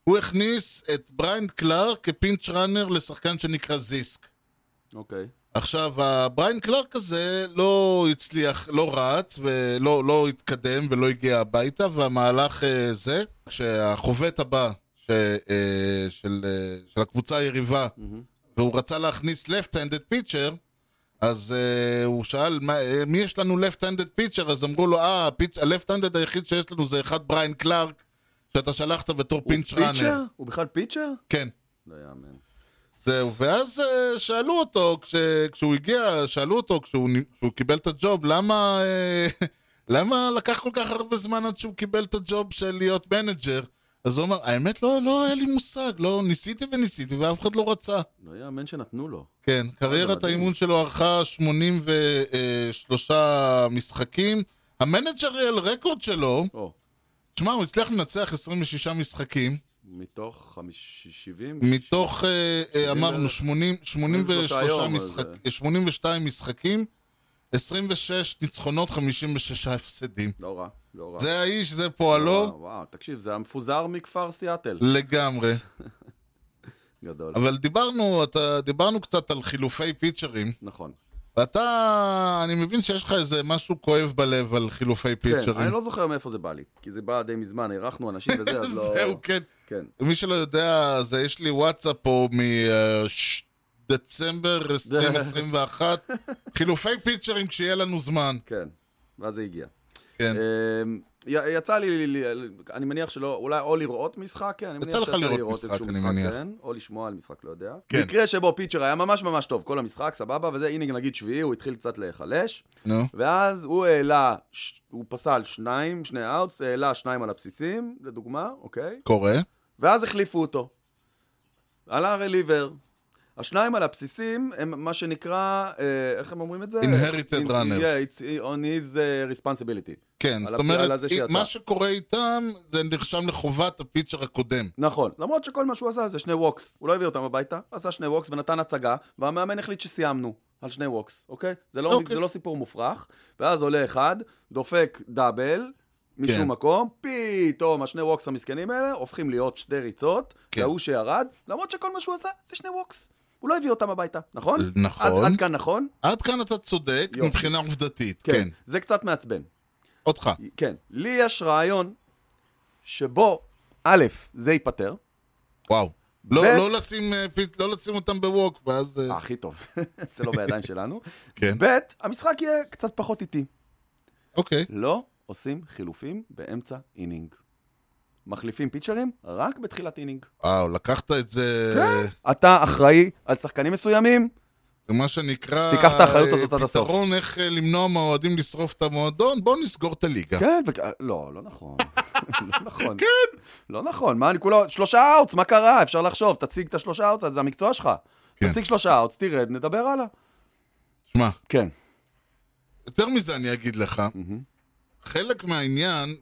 הוא הכניס את בריין קלארק כפינץ' ראנר לשחקן שנקרא זיסק. אוקיי. עכשיו, הבריין קלארק הזה לא הצליח, לא רץ ולא לא התקדם ולא הגיע הביתה, והמהלך זה, כשהחובט הבא ש, של, של הקבוצה היריבה, mm-hmm. והוא רצה להכניס left-handed pitcher, אז uh, הוא שאל, מה, מי יש לנו left-handed pitcher? אז אמרו לו, אה, ה-left-handed היחיד שיש לנו זה אחד בריין קלארק, שאתה שלחת בתור פינץ' ראנר. הוא פיצ'ר? הוא בכלל פיצ'ר? כן. לא יאמן. זהו, ואז uh, שאלו אותו, כש, כשהוא הגיע, שאלו אותו, כשהוא, כשהוא קיבל את הג'וב, למה, uh, למה לקח כל כך הרבה זמן עד שהוא קיבל את הג'וב של להיות מנג'ר? אז הוא אמר, האמת לא, לא היה לי מושג, לא, ניסיתי וניסיתי ואף אחד לא רצה. לא יאמן שנתנו לו. כן, קריירת האימון שלו ערכה שמונים ושלושה משחקים. המנג'ריאל רקורד שלו, תשמע, הוא הצליח לנצח עשרים ושישה משחקים. מתוך שבעים? מתוך, אמרנו, שמונים ושתיים משחקים, עשרים ושש ניצחונות, חמישים ושש הפסדים. לא רע, לא רע. זה האיש, זה פועלו. וואו, תקשיב, זה המפוזר מכפר סיאטל. לגמרי. גדול. אבל דיברנו, אתה, דיברנו קצת על חילופי פיצ'רים. נכון. ואתה, אני מבין שיש לך איזה משהו כואב בלב על חילופי פיצ'רים. כן, אני לא זוכר מאיפה זה בא לי. כי זה בא די מזמן, הערכנו אנשים וזה, אז לא... זהו, כן. כן. מי שלא יודע, אז יש לי וואטסאפ פה מדצמבר עשרים עשרים ואחת. חילופי פיצ'רים כשיהיה לנו זמן. כן, ואז זה הגיע. כן. יצא לי, אני מניח שלא, אולי או לראות משחק, כן, אני מניח יצא לך לראות משחק, אני מניח. או לשמוע על משחק, לא יודע. כן. מקרה שבו פיצ'ר היה ממש ממש טוב, כל המשחק, סבבה, וזה, הנה נגיד שביעי, הוא התחיל קצת להיחלש, נו. ואז הוא העלה, הוא פסל שניים, שני אאוטס, העלה שניים על הבסיסים, לדוגמה, אוקיי? קורה. ואז החליפו אותו. עלה רליבר. השניים על הבסיסים הם מה שנקרא, איך הם אומרים את זה? Inherited runners. Yeah, it's on his responsibility. כן, זאת אומרת, מה שקורה איתם זה נרשם לחובת הפיצ'ר הקודם. נכון, למרות שכל מה שהוא עשה זה שני ווקס. הוא לא הביא אותם הביתה, עשה שני ווקס ונתן הצגה, והמאמן החליט שסיימנו על שני ווקס, אוקיי? זה לא, זה לא סיפור מופרך. ואז עולה אחד, דופק דאבל, משום מקום, פתאום השני ווקס המסכנים האלה הופכים להיות שתי ריצות, והוא שירד, למרות שכל מה שהוא עשה זה שני ווקס. הוא לא הביא אותם הביתה, נכון? נכון. עד, עד כאן נכון? עד כאן אתה צודק, יופי. מבחינה עובדתית, כן. כן. זה קצת מעצבן. אותך. כן. לי יש רעיון שבו, א', זה ייפטר. וואו. לא, בית... לא, לשים, לא לשים אותם בווק, ואז... אה, הכי טוב. זה לא בידיים שלנו. כן. ב', המשחק יהיה קצת פחות איטי. אוקיי. לא עושים חילופים באמצע אינינג. מחליפים פיצ'רים רק בתחילת אינינג. וואו, לקחת את זה... כן. אתה אחראי על שחקנים מסוימים. זה מה שנקרא... תיקח את האחריות הזאת עד הסוף. פתרון איך למנוע מהאוהדים לשרוף את המועדון, בוא נסגור את הליגה. כן, ו... לא, לא נכון. לא נכון. כן. לא נכון. מה, אני כולה... שלושה אאוטס, מה קרה? אפשר לחשוב, תציג את השלושה אאוטס, זה המקצוע שלך. כן. תציג שלושה אאוטס, תרד, נדבר הלאה. שמע. כן. יותר מזה אני אגיד לך, חלק מהעניין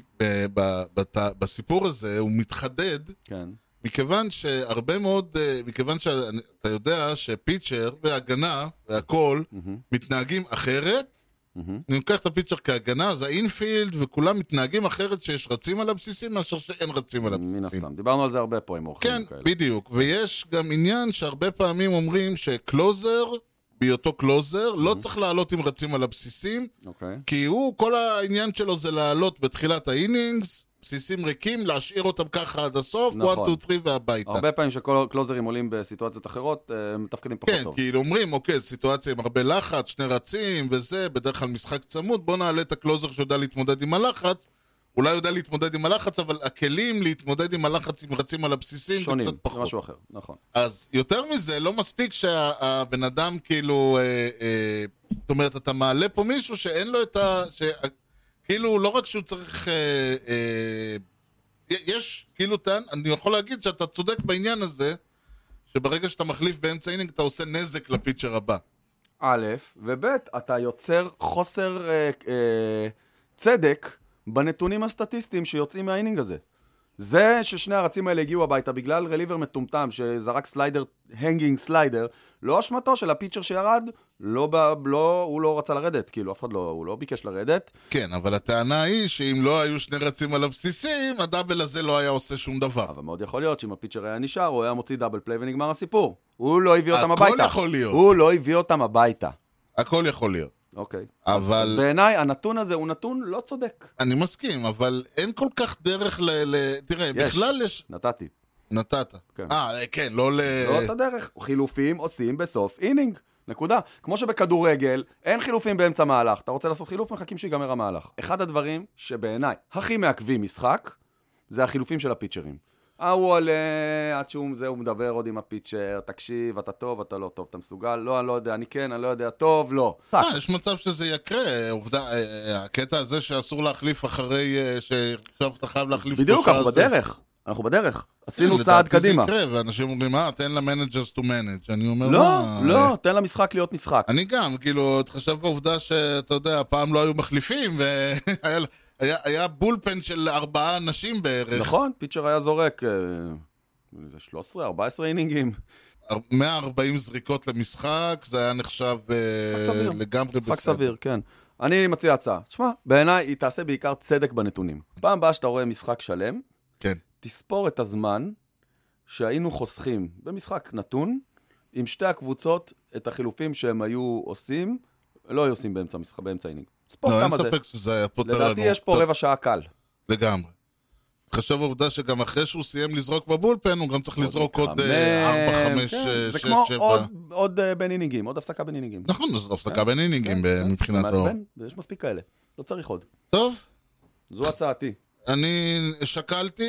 בסיפור הזה הוא מתחדד, כן. מכיוון שהרבה מאוד, מכיוון שאתה יודע שפיצ'ר והגנה והכל מתנהגים אחרת, אני לוקח את הפיצ'ר כהגנה, אז האינפילד וכולם מתנהגים אחרת שיש רצים על הבסיסים מאשר שאין רצים על הבסיסים. מן הסתם, דיברנו על זה הרבה פה עם אורחים כאלה. כן, בדיוק, ויש גם עניין שהרבה פעמים אומרים שקלוזר, בהיותו קלוזר, לא צריך לעלות עם רצים על הבסיסים, כי הוא, כל העניין שלו זה לעלות בתחילת האינינגס, בסיסים ריקים, להשאיר אותם ככה עד הסוף, אחת, שתיים, שלוש והביתה. הרבה פעמים שכל קלוזרים עולים בסיטואציות אחרות, מתפקדים פחות טוב. כן, כאילו אומרים, אוקיי, סיטואציה עם הרבה לחץ, שני רצים וזה, בדרך כלל משחק צמוד, בוא נעלה את הקלוזר שיודע להתמודד עם הלחץ, אולי יודע להתמודד עם הלחץ, אבל הכלים להתמודד עם הלחץ עם רצים על הבסיסים שונים, זה קצת פחות. שונים, זה משהו אחר, נכון. אז יותר מזה, לא מספיק שהבן אדם כאילו, אה, אה, זאת אומרת, אתה מעלה פה מישהו שאין לו את ה... ש... כאילו, לא רק שהוא צריך... אה, אה, יש, כאילו, תן, אני יכול להגיד שאתה צודק בעניין הזה, שברגע שאתה מחליף באמצע אינינג, אתה עושה נזק לפיצ'ר הבא. א', וב', אתה יוצר חוסר אה, אה, צדק, בנתונים הסטטיסטיים שיוצאים מהאינינג הזה. זה ששני הרצים האלה הגיעו הביתה בגלל רליבר מטומטם שזרק סליידר, הנגינג סליידר, לא אשמתו של הפיצ'ר שירד, לא, לא, הוא לא רצה לרדת, כאילו אף אחד לא, הוא לא ביקש לרדת. כן, אבל הטענה היא שאם לא היו שני רצים על הבסיסים, הדאבל הזה לא היה עושה שום דבר. אבל מאוד יכול להיות שאם הפיצ'ר היה נשאר, הוא היה מוציא דאבל פליי ונגמר הסיפור. הוא לא הביא אותם הביתה. הכל יכול להיות. הוא לא הביא אותם הביתה. הכל יכול להיות. אוקיי. אבל... אז בעיניי, הנתון הזה הוא נתון לא צודק. אני מסכים, אבל אין כל כך דרך ל... ל... תראה, יש, בכלל יש... נתתי. נתת. כן. אה, כן, לא ל... לא את הדרך. חילופים עושים בסוף אינינג. נקודה. כמו שבכדורגל, אין חילופים באמצע מהלך. אתה רוצה לעשות חילוף, מחכים שיגמר המהלך. אחד הדברים שבעיניי הכי מעכבים משחק, זה החילופים של הפיצ'רים. אה, הוא עולה, עד שהוא זה, הוא מדבר עוד עם הפיצ'ר, תקשיב, אתה טוב, אתה לא טוב, אתה מסוגל, לא, אני לא יודע, אני כן, אני לא יודע, טוב, לא. אה, יש מצב שזה יקרה, עובדה, הקטע הזה שאסור להחליף אחרי, שעכשיו אתה חייב להחליף... בדיוק, אנחנו בדרך, אנחנו בדרך. עשינו צעד קדימה. לדעתי זה יקרה, ואנשים אומרים, אה, תן למנג'רס to manage. אני אומר, לא, מה... לא, תן למשחק להיות משחק. אני גם, כאילו, תחשב בעובדה שאתה יודע, פעם לא היו מחליפים, והיה... היה, היה בולפן של ארבעה אנשים בערך. נכון, פיצ'ר היה זורק שלוש עשרה ארבע עשרה אינינגים. מאה וארבעים זריקות למשחק, זה היה נחשב סביר. לגמרי בסדר. משחק סביר, כן. אני מציע הצעה. תשמע, בעיניי היא תעשה בעיקר צדק בנתונים. פעם באה שאתה רואה משחק שלם, כן. תספור את הזמן שהיינו חוסכים במשחק נתון, עם שתי הקבוצות את החילופים שהם היו עושים, לא היו עושים באמצע משחק, באמצע אינינג. ספור לא, כמה אין זה. ספק שזה היה פותר לנו. לדעתי יש פה רבע שעה קל. לגמרי. חשב העובדה שגם אחרי שהוא סיים לזרוק בבולפן, הוא גם צריך לזרוק עוד ארבע, חמש, שש, שבע. זה כמו עוד בין אינינגים, עוד הפסקה בין אינינגים. נכון, זו הפסקה בין אינינגים מבחינתו. יש מספיק כאלה, לא צריך עוד. טוב. זו הצעתי. אני שקלתי,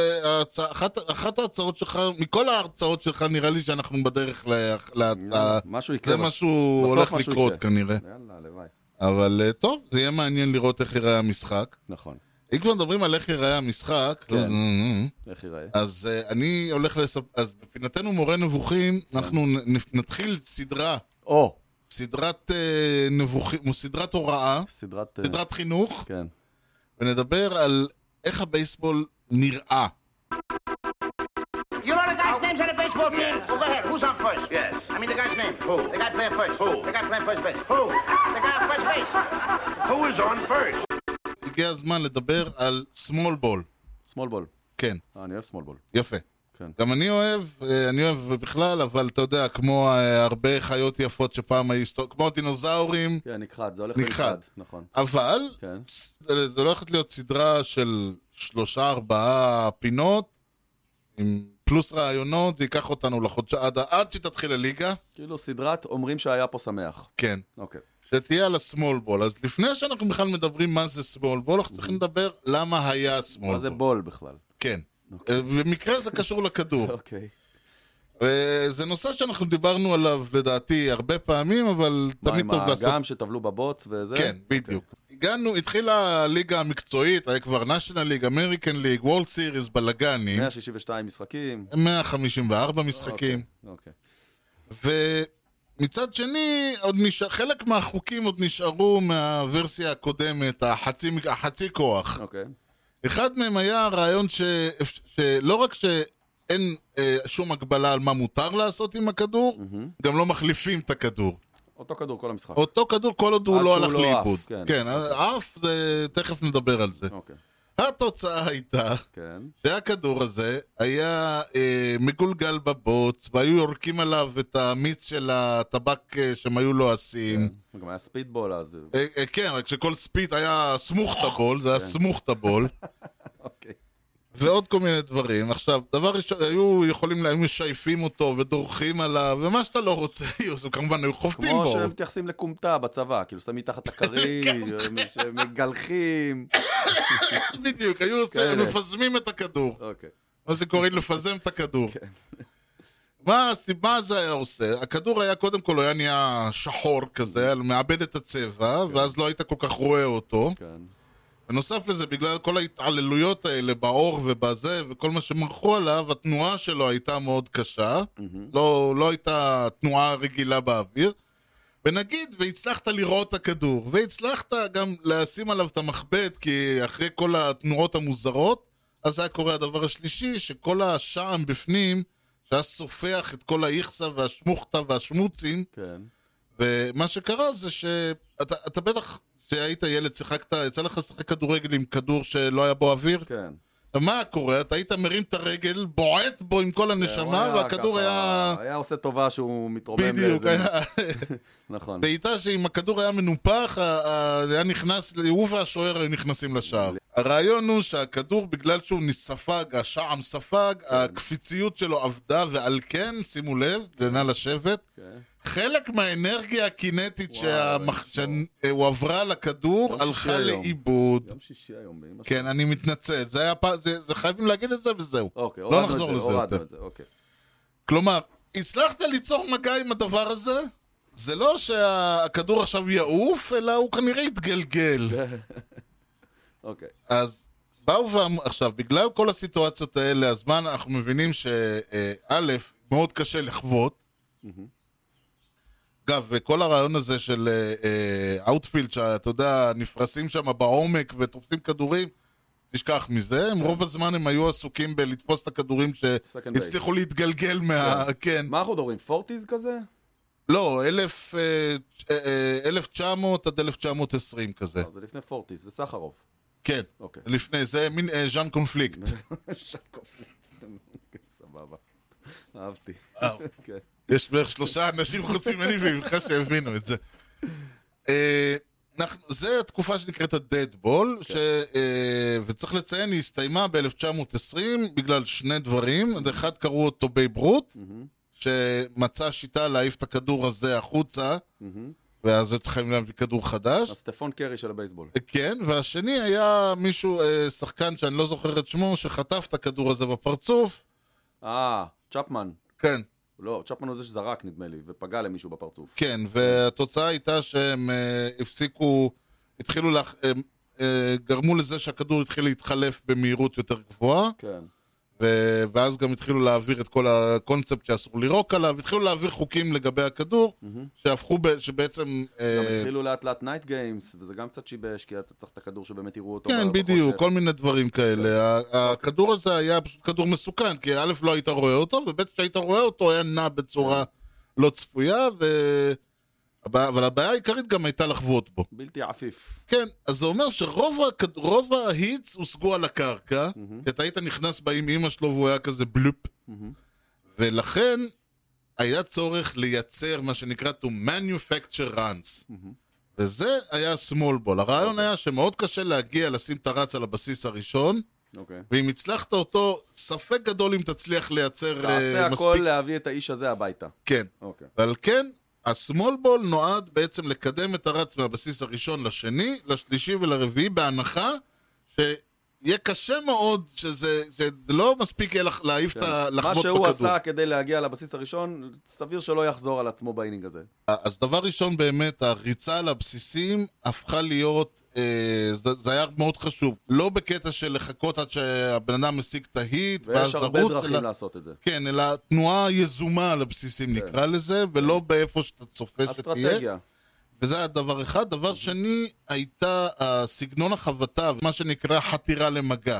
אחת ההרצאות שלך, מכל ההרצאות שלך נראה לי שאנחנו בדרך להצעה. משהו יקרה. זה משהו הולך לקרות כנראה. יאללה, לוואי. אבל טוב, זה יהיה מעניין לראות איך ייראה המשחק. נכון. אם כבר מדברים על איך ייראה המשחק, כן. איך ייראה? אז אני הולך לספר, אז בפינתנו מורה נבוכים, אנחנו נתחיל סדרה. או. סדרת נבוכים, סדרת הוראה. סדרת... סדרת חינוך. כן. ונדבר על איך הבייסבול נראה. You know the guy's names on the baseball team? Well, go ahead. Who's on first? Yes. I mean the guy's name. Who? The guy playing first. Who? The guy playing first base. Who? The guy on first base. Who is on first? הגיע הזמן לדבר על small ball. small ball. כן. אני אוהב small ball. יפה. כן. גם אני אוהב, אני אוהב בכלל, אבל אתה יודע, כמו הרבה חיות יפות שפעם היו, כמו דינוזאורים. כן, נכחד, זה הולך נכחד. לנכחד, נכון. אבל, כן. זה לא הולכת להיות סדרה של שלושה, ארבעה פינות, עם פלוס רעיונות, זה ייקח אותנו לחודשה, עד, עד שתתחיל הליגה. כאילו סדרת אומרים שהיה פה שמח. כן. אוקיי. שתהיה על הסמול בול. אז לפני שאנחנו בכלל מדברים מה זה סמול בול, אנחנו צריכים לדבר למה היה סמול בול. מה זה בול בכלל? כן. במקרה זה קשור לכדור. אוקיי. זה נושא שאנחנו דיברנו עליו לדעתי הרבה פעמים, אבל תמיד טוב לעשות... מה עם האגם שטבלו בבוץ וזה? כן, בדיוק. הגענו, התחילה הליגה המקצועית, היה כבר נשיונל ליג, אמריקן ליג, וולד סיריס, בלגנים. מאה שישים ושתיים משחקים. מאה חמישים וארבע משחקים. אוקיי. ומצד שני, עוד נשאר, חלק מהחוקים עוד נשארו מהוורסיה הקודמת, החצי, החצי כוח. אוקיי. אחד מהם היה הרעיון ש... שלא רק שאין אה, שום הגבלה על מה מותר לעשות עם הכדור, mm-hmm. גם לא מחליפים את הכדור. אותו כדור כל המשחק. אותו כדור כל עוד הוא לא הלך לא לאיבוד. אף, כן. כן, אף, זה... תכף נדבר על זה. אוקיי. התוצאה הייתה כן. שהכדור הזה היה אה, מגולגל בבוץ, והיו יורקים עליו את המיץ של הטבק אה, שהם היו לועסים. כן. גם היה ספידבול אז. אה, אה, כן, רק שכל ספיד היה סמוך טבול, זה היה סמוך טבול. אוקיי. ועוד כל מיני דברים. עכשיו, דבר ראשון, היו יכולים, היו משייפים אותו ודורכים עליו, ומה שאתה לא רוצה, כמובן היו חופטים בו. כמו שהם מתייחסים לקומטה בצבא, כאילו שמים תחת הכרי, מגלחים. בדיוק, היו מפזמים את הכדור. אוקיי. מה שקוראים לפזם את הכדור. מה הסיבה זה היה עושה? הכדור היה קודם כל, היה נהיה שחור כזה, מאבד את הצבע, ואז לא היית כל כך רואה אותו. כן. בנוסף לזה, בגלל כל ההתעללויות האלה באור ובזה, וכל מה שמרחו עליו, התנועה שלו הייתה מאוד קשה. לא, לא הייתה תנועה רגילה באוויר. ונגיד, והצלחת לראות את הכדור, והצלחת גם לשים עליו את המחבט, כי אחרי כל התנועות המוזרות, אז היה קורה הדבר השלישי, שכל השעם בפנים, שהיה סופח את כל האיכסה והשמוכתה והשמוצים, כן. ומה שקרה זה שאתה אתה בטח, כשהיית ילד, שיחקת, יצא לך לשחק כדורגל עם כדור שלא היה בו אוויר? כן. ומה קורה? אתה היית מרים את הרגל, בועט בו עם כל הנשמה, והכדור היה... היה עושה טובה שהוא מתרומם. בדיוק, היה... נכון. בעיטה שאם הכדור היה מנופח, היה נכנס, הוא והשוער היו נכנסים לשער. הרעיון הוא שהכדור, בגלל שהוא נספג, השעם ספג, הקפיציות שלו עבדה, ועל כן, שימו לב, נא לשבת, חלק מהאנרגיה הקינטית שהוא עברה לכדור, הלכה לאיבוד. יום שישי היום, באמא שלך. כן, אני מתנצל. זה היה פעם, זה חייבים להגיד את זה וזהו. אוקיי, לא נחזור לזה יותר. את זה, אוקיי. כלומר, הצלחת ליצור מגע עם הדבר הזה? זה לא שהכדור עכשיו יעוף, אלא הוא כנראה יתגלגל. אוקיי. אז באו ואמרו, עכשיו, בגלל כל הסיטואציות האלה, אז מה אנחנו מבינים שא', מאוד קשה לחוות. אגב, כל הרעיון הזה של אאוטפילד, שאתה יודע, נפרסים שם בעומק ותופסים כדורים, תשכח מזה, הם רוב הזמן הם היו עסוקים בלתפוס את הכדורים שהצליחו להתגלגל מה... כן. מה אנחנו מדברים? פורטיז כזה? לא, אלף תשע מאות עד אלף תשע מאות ועשרים כזה. זה לפני פורטיז, זה סחרוף. כן, לפני, זה מין ז'אן קונפליקט. ז'אן קונפליקט, סבבה. אהבתי. יש בערך שלושה אנשים חוץ ממני וממך שהבינו את זה. זה התקופה שנקראת הדדבול, וצריך לציין, היא הסתיימה ב-אלף תשע מאות ועשרים בגלל שני דברים. אחד קראו אותו בייב רות, שמצא שיטה להעיף את הכדור הזה החוצה, ואז צריכים להביא כדור חדש. הסטפון קרי של הבייסבול. כן, והשני היה מישהו, שחקן שאני לא זוכר את שמו, שחטף את הכדור הזה בפרצוף. אה, צ'פמן. כן. לא, צ'פמן הוא זה שזרק נדמה לי, ופגע למישהו בפרצוף. כן, והתוצאה הייתה שהם הפסיקו, התחילו, לה, הם, גרמו לזה שהכדור התחיל להתחלף במהירות יותר גבוהה. כן. ו- ואז גם התחילו להעביר את כל הקונספט שאסור לירוק עליו, התחילו להעביר חוקים לגבי הכדור, mm-hmm. שהפכו, ב- שבעצם... גם אה... התחילו לאט לאט נייט גיימס, וזה גם קצת שיבש, כי אתה צריך את הכדור שבאמת יראו אותו. כן, בדיוק, בחושך. כל מיני דברים כאלה. Okay. הכדור הזה היה פשוט כדור מסוכן, כי א' לא היית רואה אותו, וב' שהיית רואה אותו היה נע בצורה okay. לא צפויה, ו... אבל הבעיה העיקרית גם הייתה לחוות בו. בלתי עפיף. כן, אז זה אומר שרוב הכד... ההיטס הושגו על הקרקע, mm-hmm. כי אתה היית נכנס בה עם אמא שלו והוא היה כזה בלופ, mm-hmm. ולכן היה צורך לייצר מה שנקרא to manufacture runs, mm-hmm. וזה היה small ball. הרעיון okay. היה שמאוד קשה להגיע לשים את הרץ על הבסיס הראשון, okay. ואם הצלחת אותו, ספק גדול אם תצליח לייצר uh, תעשה מספיק... הכל להביא את האיש הזה הביתה. כן, okay. ועל כן, הסמול בול נועד בעצם לקדם את הרץ מהבסיס הראשון לשני, לשלישי ולרביעי, בהנחה שיהיה קשה מאוד, שזה לא מספיק להעיף את לחוות בכדור. מה שהוא עשה כדי להגיע לבסיס הראשון, סביר שלא יחזור על עצמו באינינג הזה. אז דבר ראשון באמת, הריצה על הבסיסים הפכה להיות, זה היה מאוד חשוב. לא בקטע של לחכות עד שהבן אדם משיג את ההיט, ויש הרבה דרכים לעשות את זה. כן, אלא תנועה יזומה על הבסיסים נקרא לזה, ולא באיפה שאתה צופה שתהיה. אסטרטגיה. וזה היה דבר אחד. דבר שני, הייתה הסגנון החבטה, מה שנקרא חתירה למגע.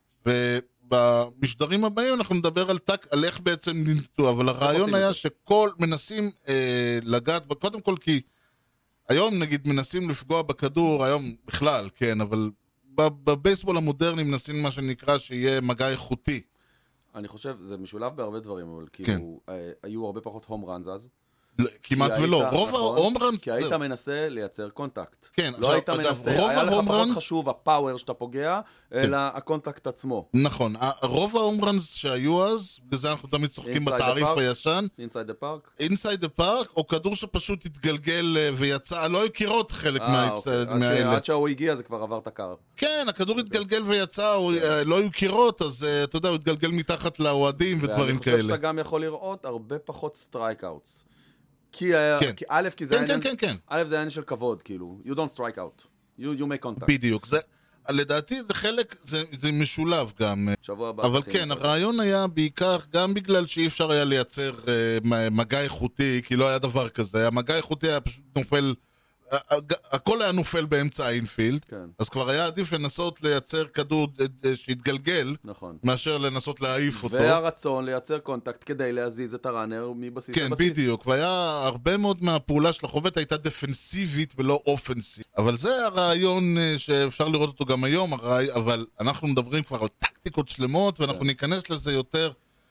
ובמשדרים הבאים אנחנו נדבר על, טק, על איך בעצם ננטו, אבל הרעיון היה שכל מנסים אה, לגעת, קודם כל כי היום נגיד מנסים לפגוע בכדור, היום בכלל, כן, אבל בבייסבול המודרני מנסים מה שנקרא שיהיה מגע איכותי. אני חושב, זה משולב בהרבה דברים, אבל כאילו, כן. היו הרבה פחות הום ראנס אז. כמעט ולא, היית, רוב נכון, ההום ראנס... כי היית זה... מנסה לייצר קונטקט. כן, לא היית מנסה, היה לך פחות חשוב הפאוור שאתה פוגע, כן. אלא הקונטקט עצמו. נכון, רוב ההום ראנס שהיו אז, בזה אנחנו תמיד צוחקים בתעריף הישן. אינסייד דה פארק? אינסייד דה פארק, או כדור שפשוט התגלגל ויצא, לא הכירות חלק מהאלה. עד שהוא הגיע זה כבר עבר את הקר. כן, הכדור התגלגל ויצא, לא היו קירות, אז אתה יודע, הוא התגלגל מתחת לאוהדים ודברים כאלה. ואני חושב שאתה גם יכול לראות הרבה פחות סטרייקאוטס. כי א', כי זה העניין, א', זה העניין של כבוד, כאילו, you don't strike out, you make contact. בדיוק, לדעתי זה חלק, זה משולב גם, אבל כן, הרעיון היה בעיקר, גם בגלל שאי אפשר היה לייצר מגע איכותי, כי לא היה דבר כזה, המגע איכותי היה פשוט נופל, הכל היה נופל באמצע האינפילד, כן. אז כבר היה עדיף לנסות לייצר כדור שיתגלגל, נכון. מאשר לנסות להעיף אותו. והרצון לייצר קונטקט כדי להזיז את הראנר מבסיס כן, לבסיס. בדיוק, והיה הרבה מאוד מהפעולה של החובט הייתה דפנסיבית ולא אופנסיבית. אבל זה הרעיון שאפשר לראות אותו גם היום, אבל אנחנו מדברים כבר על טקטיקות שלמות, ואנחנו ניכנס לזה יותר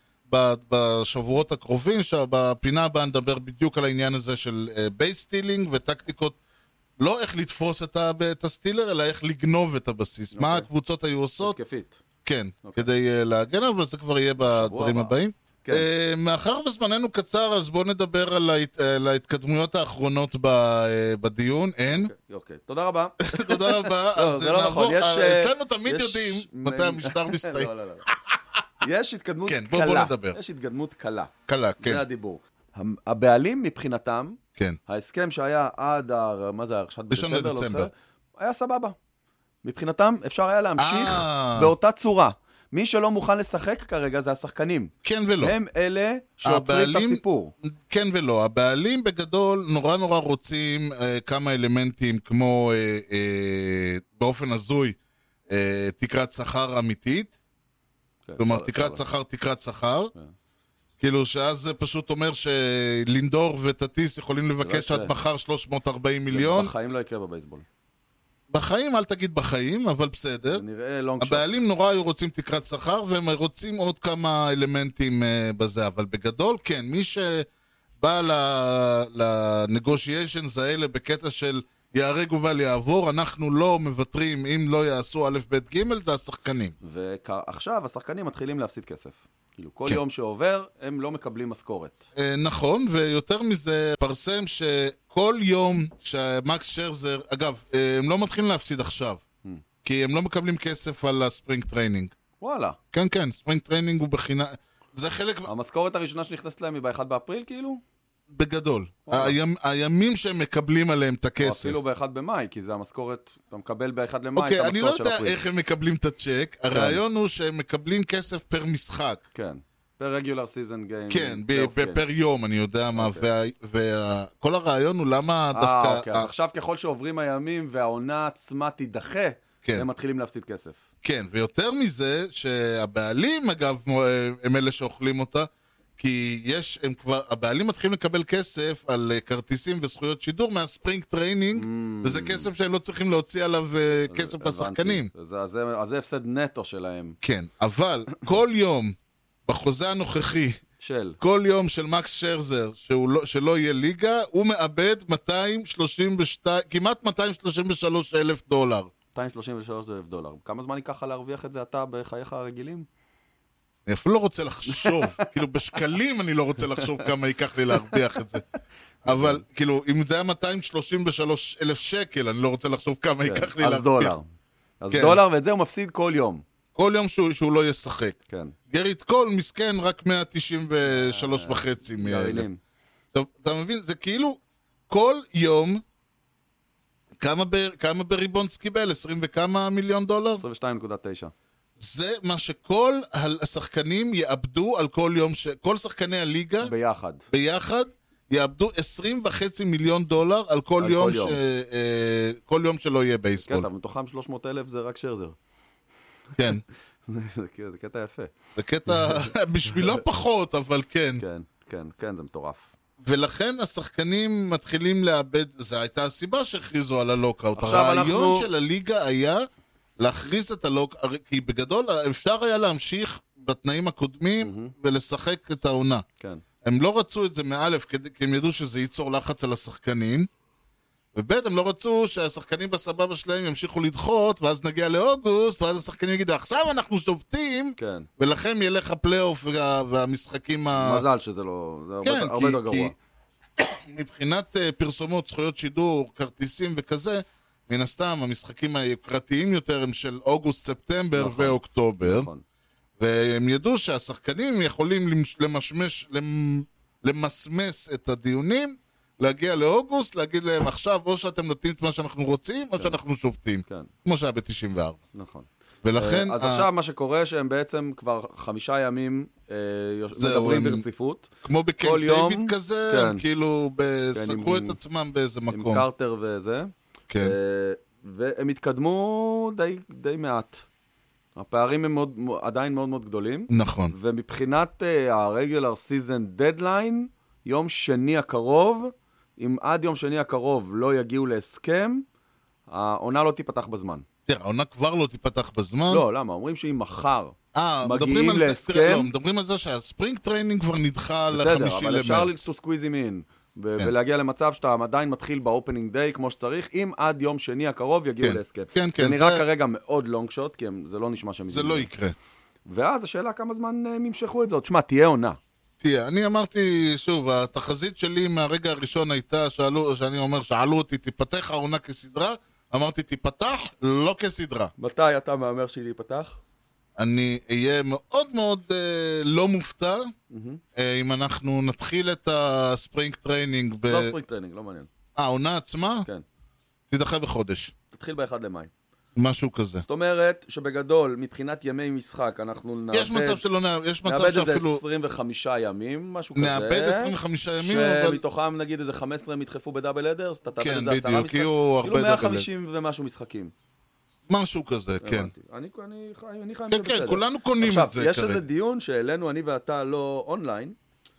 בשבועות הקרובים, שבפינה הבאה נדבר בדיוק על העניין הזה של בייס סטילינג וטקטיקות, לא איך לתפוס את הסטילר, אלא איך לגנוב את הבסיס. מה הקבוצות היו עושות? התקפית. כן, כדי להגן, אבל זה כבר יהיה בדברים הבאים. מאחר וזמננו קצר, אז בואו נדבר על ההתקדמויות האחרונות בדיון. אין? אוקיי, תודה רבה. תודה רבה. אז נעבור, אצלנו תמיד יודעים מתי המשטר מסתיים. לא, לא, לא. יש התקדמות כן, קלה. בוא נדבר. יש התקדמות קלה. קלה, כן. זה הדיבור. הבעלים מבחינתם, כן. ההסכם שהיה עד, מה זה, ראשון ראשון בדצמבר, לדצמבר. היה סבבה. מבחינתם אפשר היה להמשיך אה. באותה צורה. מי שלא מוכן לשחק כרגע זה השחקנים. כן ולא. הם אלה שעוצרים את הסיפור. כן ולא. הבעלים בגדול נורא נורא רוצים אה, כמה אלמנטים כמו אה, אה, באופן הזוי אה, תקרת שכר אמיתית. כן, כלומר, אפשר- תקרת אפשר- שכר, תקרת שכר. כן. כאילו שאז זה פשוט אומר שלינדור וטטיס יכולים לבקש לא עד יקרה. מחר שלוש מאות וארבעים מיליון. בחיים לא יקרה בבייסבול. בחיים, אל תגיד בחיים, אבל בסדר. זה נראה לונג שוט. הבעלים נורא היו רוצים תקרת שכר, והם רוצים עוד כמה אלמנטים uh, בזה, אבל בגדול, כן, מי שבא לנגושיישנס האלה בקטע של יהרג ובל יעבור, אנחנו לא מוותרים אם לא יעשו א' ב' ג', זה השחקנים. ועכשיו השחקנים מתחילים להפסיד כסף. כאילו, כל כן. יום שעובר, הם לא מקבלים משכורת. Uh, נכון, ויותר מזה, פרסם שכל יום שמקס שרזר, אגב, uh, הם לא מתחילים להפסיד עכשיו, כי הם לא מקבלים כסף על הספרינג טריינינג. וואלה. כן, כן, ספרינג טריינינג הוא בחינה... זה חלק... המשכורת הראשונה שנכנסת להם היא ב-אחד באפריל, כאילו? בגדול. וואלה. הימ, הימים שהם מקבלים עליהם את או הכסף. אפילו ב-אחד במאי, כי זה המשכורת, אתה מקבל ב-אחד למאי אוקיי, את אני לא המשכורת של יודע אפריל. איך הם מקבלים את הצ'ק. הרעיון הוא שהם מקבלים כסף פר משחק. כן. פר רגולר סיזן גיים. כן, ב- ב- פר יום, אני יודע מה. וכל הרעיון הוא למה אה, דווקא... אוקיי. אז עכשיו ככל שעוברים הימים והעונה עצמה תידחה, כן. הם מתחילים להפסיד כסף. כן, ויותר מזה, שהבעלים, אגב, הם אלה שאוכלים אותה, כי יש, הם כבר, הבעלים מתחילים לקבל כסף על uh, כרטיסים וזכויות שידור מהספרינג טריינינג, Mm. וזה כסף שהם לא צריכים להוציא עליו uh, כסף הבנתי. לשחקנים. אז אז זה אז זה הפסד נטו שלהם. כן, אבל כל יום, בחוזה הנוכחי, של. כל יום של מקס שרזר, שהוא לא, שלא יהיה ליגה, הוא מאבד מאתיים שלושים ושתיים, כמעט מאתיים שלושים ושלוש אלף דולר. מאתיים שלושים ושלוש אלף דולר. כמה זמן ייקח לך להרוויח את זה אתה בחייך הרגילים? אני אפילו לא רוצה לחשוב, כאילו בשקלים אני לא רוצה לחשוב כמה ייקח לי להרוויח את זה. אבל כאילו, אם זה היה מאתיים שלושים ושלוש אלף שקל, אני לא רוצה לחשוב כמה ייקח לי אז להרוויח. דולר. אז כן. דולר, ואת זה הוא מפסיד כל יום. כל יום שהוא, שהוא לא ישחק. כן. גריט קול מסכן רק מאה תשעים ושלוש וחצי מאלה. גרעינים. עכשיו, אתה מבין? זה כאילו, כל יום, כמה, ב, כמה בריבונדס קיבל? עשרים וכמה מיליון דולר? עשרים ושתיים נקודה תשע. זה מה שכל השחקנים יאבדו על כל יום, ש... כל שחקני הליגה ביחד. ביחד יאבדו עשרים וחצי מיליון דולר על כל על יום, כל יום. ש... אה, כל יום שלא יהיה בייסבול. קטע, מתוכם שלוש מאות אלף זה רק שרזר. כן. זה זה- זה קטע יפה. זה קטע בשבילו פחות, אבל כן. כן, כן, כן, זה מטורף. ולכן השחקנים מתחילים לאבד, זו הייתה הסיבה שהכריזו על הלוקאוט. עכשיו הרעיון אנחנו- של הליגה היה להכריז את הלוקאוט, כי בגדול אפשר היה להמשיך בתנאים הקודמים ולשחק את העונה. כן. הם לא רצו את זה מאלף, כי הם ידעו שזה ייצור לחץ על השחקנים, ובית הם לא רצו שהשחקנים בסבבה שלהם ימשיכו לדחות, ואז נגיע לאוגוסט, ואז השחקנים יגידו, עכשיו אנחנו שובתים, כן. ולכם ולכם ילך הפלייאוף וה, והמשחקים ה... מזל שזה לא... זה הרבה כן, יותר- הרבה כי, יותר גרוע. כי מבחינת uh, פרסומות, זכויות שידור, כרטיסים וכזה, מן הסתם המשחקים היוקרתיים יותר הם של אוגוסט, ספטמבר נכון. ואוקטובר, נכון. והם ידעו שהשחקנים יכולים למש- למשמש, למ- למסמס את הדיונים, להגיע לאוגוסט, להגיד להם עכשיו או שאתם נותנים את מה שאנחנו רוצים, או שאנחנו שובתים, כן, כמו שהיה ב-תשעים וארבע. נכון. ולכן... אז עכשיו מה שקורה שהם בעצם כבר חמישה ימים מדברים ברציפות. כמו בקמפ דיוויד כזה, הם כאילו סגרו את עצמם באיזה מקום. עם קרטר וזה. כן. והם התקדמו די מעט. הפערים הם עדיין מאוד מאוד גדולים. נכון. ומבחינת הרגולר סיזן דדליין, יום שני הקרוב, אם עד יום שני הקרוב לא יגיעו להסכם, העונה לא תיפתח בזמן. תראה, העונה כבר לא תיפתח בזמן. לא, למה? אומרים שאם מחר אה, מגיעים להסכם... תראה, לא, מדברים על זה שהספרינג טריינינג כבר נדחה לחמישי למרץ. בסדר, אבל אפשר to squeeze him in, ולהגיע למצב שאתה עדיין מתחיל באופנינג דיי כמו שצריך, אם עד יום שני הקרוב יגיעו להסכם. כן, כן. זה נראה כרגע מאוד לונג שוט, כי זה לא נשמע שם... זה לא יקרה. ואז השאלה כמה זמן הם ימשכו את זה. תשמע, תהיה עונה. תהיה, אני אמרתי, שוב, התחזית שלי מהרגע הראשון הייתה, שאלו, שאני אומר, שאלו אותי, תיפתח העונה כסדרה? אמרתי, תיפתח, לא כסדרה. מתי אתה מאמר שהיא תיפתח? אני אהיה מאוד מאוד אה, לא מופתע, mm-hmm. אה, אם אנחנו נתחיל את הספרינג טריינינג. ב... לא ספרינג טריינינג, לא מעניין. אה, העונה עצמה? כן. תדחה בחודש. תתחיל באחד למאי. משהו כזה. זאת אומרת שבגדול, מבחינת ימי משחק, אנחנו נאבד... יש מצב שלא נאבד, יש מצב שאפילו... נאבד איזה עשרים וחמישה ימים, משהו כזה. נאבד עשרים וחמישה ימים, אבל... שמתוכם נגיד איזה חמש עשרה הם יתחפו בדאבל אדרס, אתה תאבד איזה עשרה משחקים. כן, בדיוק, יהיו הרבה דאבל אדרס. כאילו מאה וחמישים ומשהו משחקים. משהו כזה, כן. אני חי עם זה בסדר. כן, כן, כולנו קונים את זה. עכשיו, יש איזה דיון שאלינו, אני ואתה לא אונליין,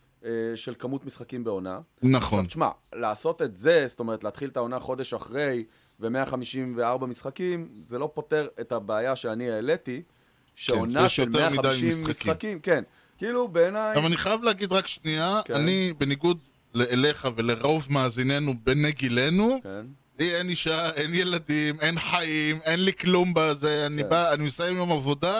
של כמות משחקים בעונה. נכון. תשמע, לעשות את זה, זאת אומרת, להתחיל את העונה חודש אחרי, ו-מאה חמישים וארבע משחקים, זה לא פותר את הבעיה שאני העליתי, שעונה של מאה וחמישים משחקים, כן, כאילו בעיניי... אבל אני חייב להגיד רק שנייה, אני בניגוד אליך ולרוב מאזיננו בני גילנו, לי אין אישה, אין ילדים, אין חיים, אין לי כלום בזה, אני בא, אני מסיים יום עבודה,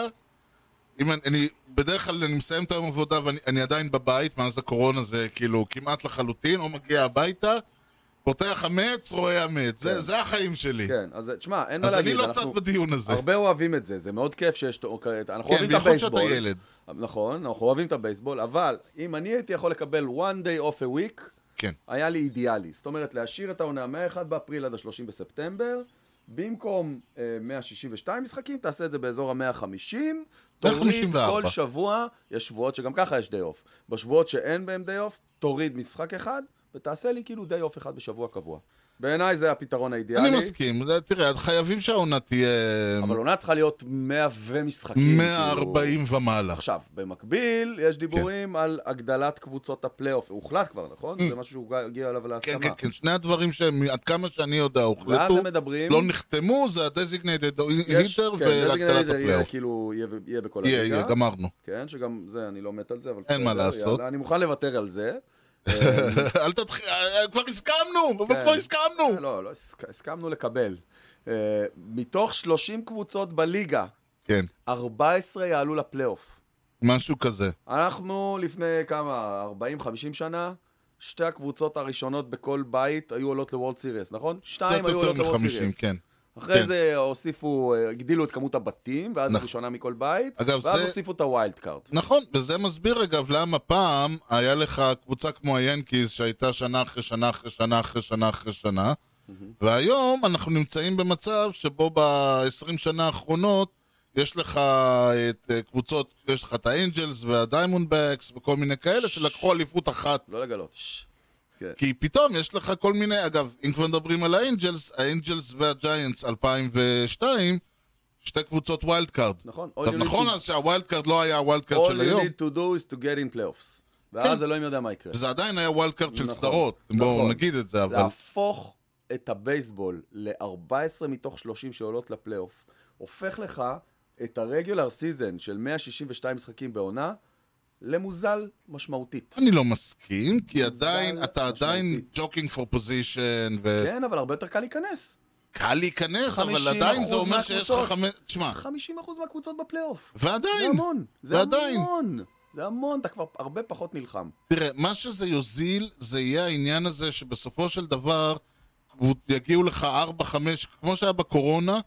אני בדרך כלל אני מסיים את היום עבודה ואני עדיין בבית, מאז הקורונה זה כאילו כמעט לחלוטין, או מגיע הביתה, פותח המץ, רואה המץ. זה, זה החיים שלי. כן, אז תשמע, אין מה להגיד. אז אני לא צד בדיון הזה. הרבה אוהבים את זה, זה מאוד כיף שיש... אנחנו אוהבים את הבייסבול. כן, בייחוד שאתה ילד. נכון, אנחנו אוהבים את הבייסבול, אבל אם אני הייתי יכול לקבל one day off a week, כן. היה לי אידיאלי. זאת אומרת, להשאיר את העונה מה-אחד באפריל עד ה-שלושים בספטמבר, במקום uh, מאה שישים ושתיים משחקים, תעשה את זה באזור ה-מאה וחמישים, מאה חמישים וארבע. כל שבוע, יש שבועות שגם ככה יש day off. בשבועות שאין בהם day off, תוריד משחק אחד, ותעשה לי כאילו די אוף אחד בשבוע קבוע. בעיניי זה הפתרון האידיאלי. אני מסכים. תראה, חייבים שהעונה תהיה... אבל העונה צריכה להיות מאה ומשחקים. מאה וארבעים ומעלה. עכשיו, במקביל, יש דיבורים על הגדלת קבוצות הפלייאוף. הוא הוחלט כבר, נכון? זה משהו שהוא הגיע אליו להסכמה. כן, כן, כן. שני הדברים שעד כמה שאני יודע, הוחלטו, לא נחתמו, זה ה-designated hitter והגדלת הפלייאוף. כאילו, יהיה בכל הליגה. יהיה, גמרנו. כן, שגם זה, אני לא מת על זה, אבל... אין מה לעשות. אני מוכן לוותר על זה. אל תתחיל, כבר הסכמנו, אבל כבר הסכמנו. לא, לא, הסכמנו לקבל. מתוך שלושים קבוצות בליגה, ארבע עשרה יעלו לפלייאוף. משהו כזה. אנחנו לפני כמה, ארבעים חמישים שנה, שתי הקבוצות הראשונות בכל בית היו עולות לוורלד סיריס, נכון? שתיים היו עולות לוורלד סיריס. כן. אחרי כן. זה הוסיפו, הגדילו את כמות הבתים, ואז נכ... ראשונה מכל בית, אגב, ואז זה... הוסיפו את הווילד קארד. נכון, וזה מסביר אגב למה פעם היה לך קבוצה כמו היאנקיז שהייתה שנה אחרי שנה אחרי שנה אחרי שנה אחרי שנה, mm-hmm. והיום אנחנו נמצאים במצב שבו ב-עשרים שנה האחרונות יש לך את קבוצות, יש לך את האנג'לס והדיימונד בקס וכל מיני כאלה שלקחו אליפות אחת. לא לגלות, ששש. כן. כי פתאום יש לך כל מיני, אגב, אם כבר מדברים על האנג'לס, האנג'לס והג'יינטס אלפיים ושתיים, שתי קבוצות ווילד קארד. נכון. נכון אז שהווילד קארד לא היה הווילד קארד של היום. All you need to do is to get in playoffs. ואז אלוהים יודע מה יקרה. וזה עדיין היה ווילד קארד של סדרות. בואו נגיד את זה, אבל... להפוך את הבייסבול ל-ארבע עשרה מתוך שלושים שעולות לפלייאוף, הופך לך את הרגולר סיזן של מאה שישים ושתיים משחקים בעונה, למוזל משמעותית. אני לא מסכים, כי עדיין, אתה עדיין joking for position ו... כן, אבל הרבה יותר קל להיכנס. קל להיכנס, אבל עדיין זה אומר שיש לך חמש... תשמע. חמישים אחוז מהקבוצות בפלייאוף. ועדיין. זה המון. זה ועדיין. המון. זה המון, אתה כבר הרבה פחות נלחם. תראה, מה שזה יוזיל, זה יהיה העניין הזה שבסופו של דבר, יגיעו לך ארבע, חמש, כמו שהיה בקורונה,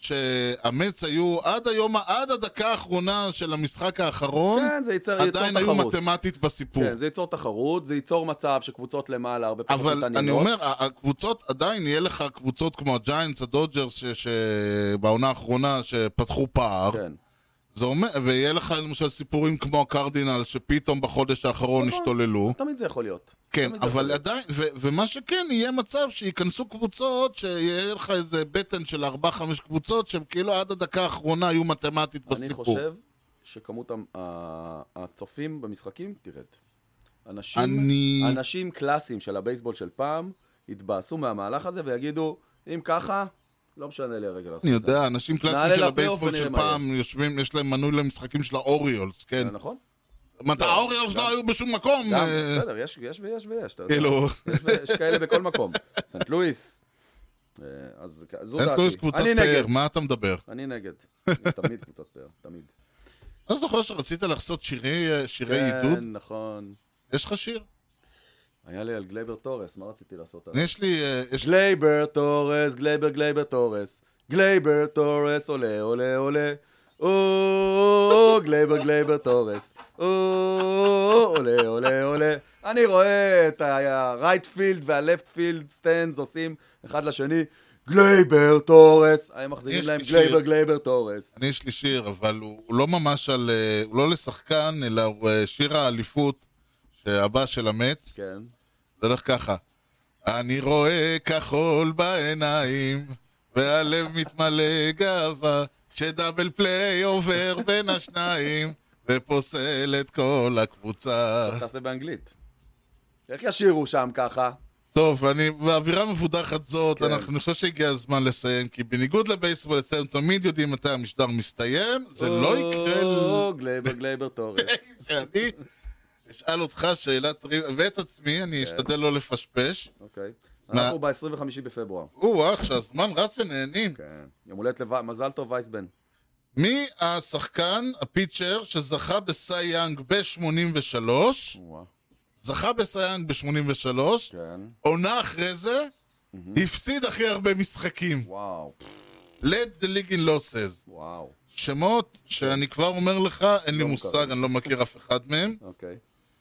שהמץ היו עד היום, עד הדקה האחרונה של המשחק האחרון, כן, זה ייצר, ייצור עדיין תחרות. היו מתמטית בסיפור. כן, זה ייצור תחרות, זה ייצור מצב שקבוצות למעלה הרבה פחות אבל מתעניינות. אני אומר, הקבוצות, עדיין יהיה לך קבוצות כמו הג'יינטס, הדודג'רס, שבעונה האחרונה שפתחו פער. כן. זה אומר, ויהיה לך למשל סיפורים כמו הקרדינל, שפתאום בחודש האחרון השתוללו. תמיד זה יכול להיות. כן, אבל עדיין, ו- ומה שכן, יהיה מצב שיכנסו קבוצות, שיהיה לך איזה בטן של ארבע חמש קבוצות, שהם כאילו עד הדקה האחרונה היו מתמטית בסיפור. אני חושב שכמות הצופים במשחקים תרד. אנשים, אני... אנשים קלאסיים של הבייסבול של פעם, יתבאסו מהמהלך הזה ויגידו, אם ככה, לא משנה לי הרגע לעשות. אני יודע, אנשים קלאסיים נעלה של לפלייאוף הבייסבול של ונראה מה פעם, יושבים, יש להם מנוי למשחקים של האוריולס, כן? זה נכון? מתי האוריולס לא היו בשום מקום? גם, אה, בסדר, יש יש ויש ויש. אתה יודע. כאילו... יש ו- יש כאלה בכל מקום. סנט לואיס. אה, אז זו אין דעתי. קלויס קבוצת אני פאר, נגד. מה אתה מדבר? אני נגד. אני תמיד קבוצת פאר, תמיד. אתה זוכר שרצית לעשות שירי שירי עידוד? כן, נכון. יש לך שיר? היה לי על גלייבר טורס, מה רציתי לעשות? אני יש לי... אה, יש- גלייבר טורס, גלייבר גלייבר טורס. גלייבר טורס, עולה, עולה, עולה. או, גלייבר גלייבר טורס. או, עולה, עולה, עולה. אני רואה את ה-right field וה-left field stands עושים אחד לשני. גלייבר טורס. הם מחזירים יש להם לי גלייבר שיר. גלייבר טורס. אני יש לי שיר, אבל הוא הוא לא ממש על... אה, הוא לא לשחקן, אלא הוא אה, שיר האליפות הבא של המץ. כן. זה הולך ככה. אני רואה כחול בעיניים, והלב מתמלא גאווה, כשדאבל פליי עובר בין השניים, ופוסל את כל הקבוצה. תעשה באנגלית. איך ישירו שם ככה? טוב, אני, באווירה מבודחת זאת, כן. אנחנו, אני חושב שהגיע הזמן לסיים, כי בניגוד לבייסבול, אצלנו תמיד יודעים מתי המשדר מסתיים, זה לא יקרה... או, גלייבר גלייבר טורס. שאני אשאל אותך שאלת טריוויה, ואת עצמי, אני אשתדל לא לפשפש. אוקיי. מה? אנחנו ב-עשרים וחמישה בפברואר. או, אך, שהזמן רץ ונהנים. כן. יום הולדת לב... מזל טוב וייסבן. מי השחקן, הפיצ'ר, שזכה בסי יאנג ב-שמונים ושלוש, וואו. זכה בסי יאנג ב-שמונים ושלוש, כן. עונה אחרי זה, הפסיד הכי הרבה משחקים. וואו. led the league in losses. וואו. שמות שאני כבר אומר לך, אין לי לא מושג, מוכרים. אני לא מכיר אף אחד מהם. אוקיי.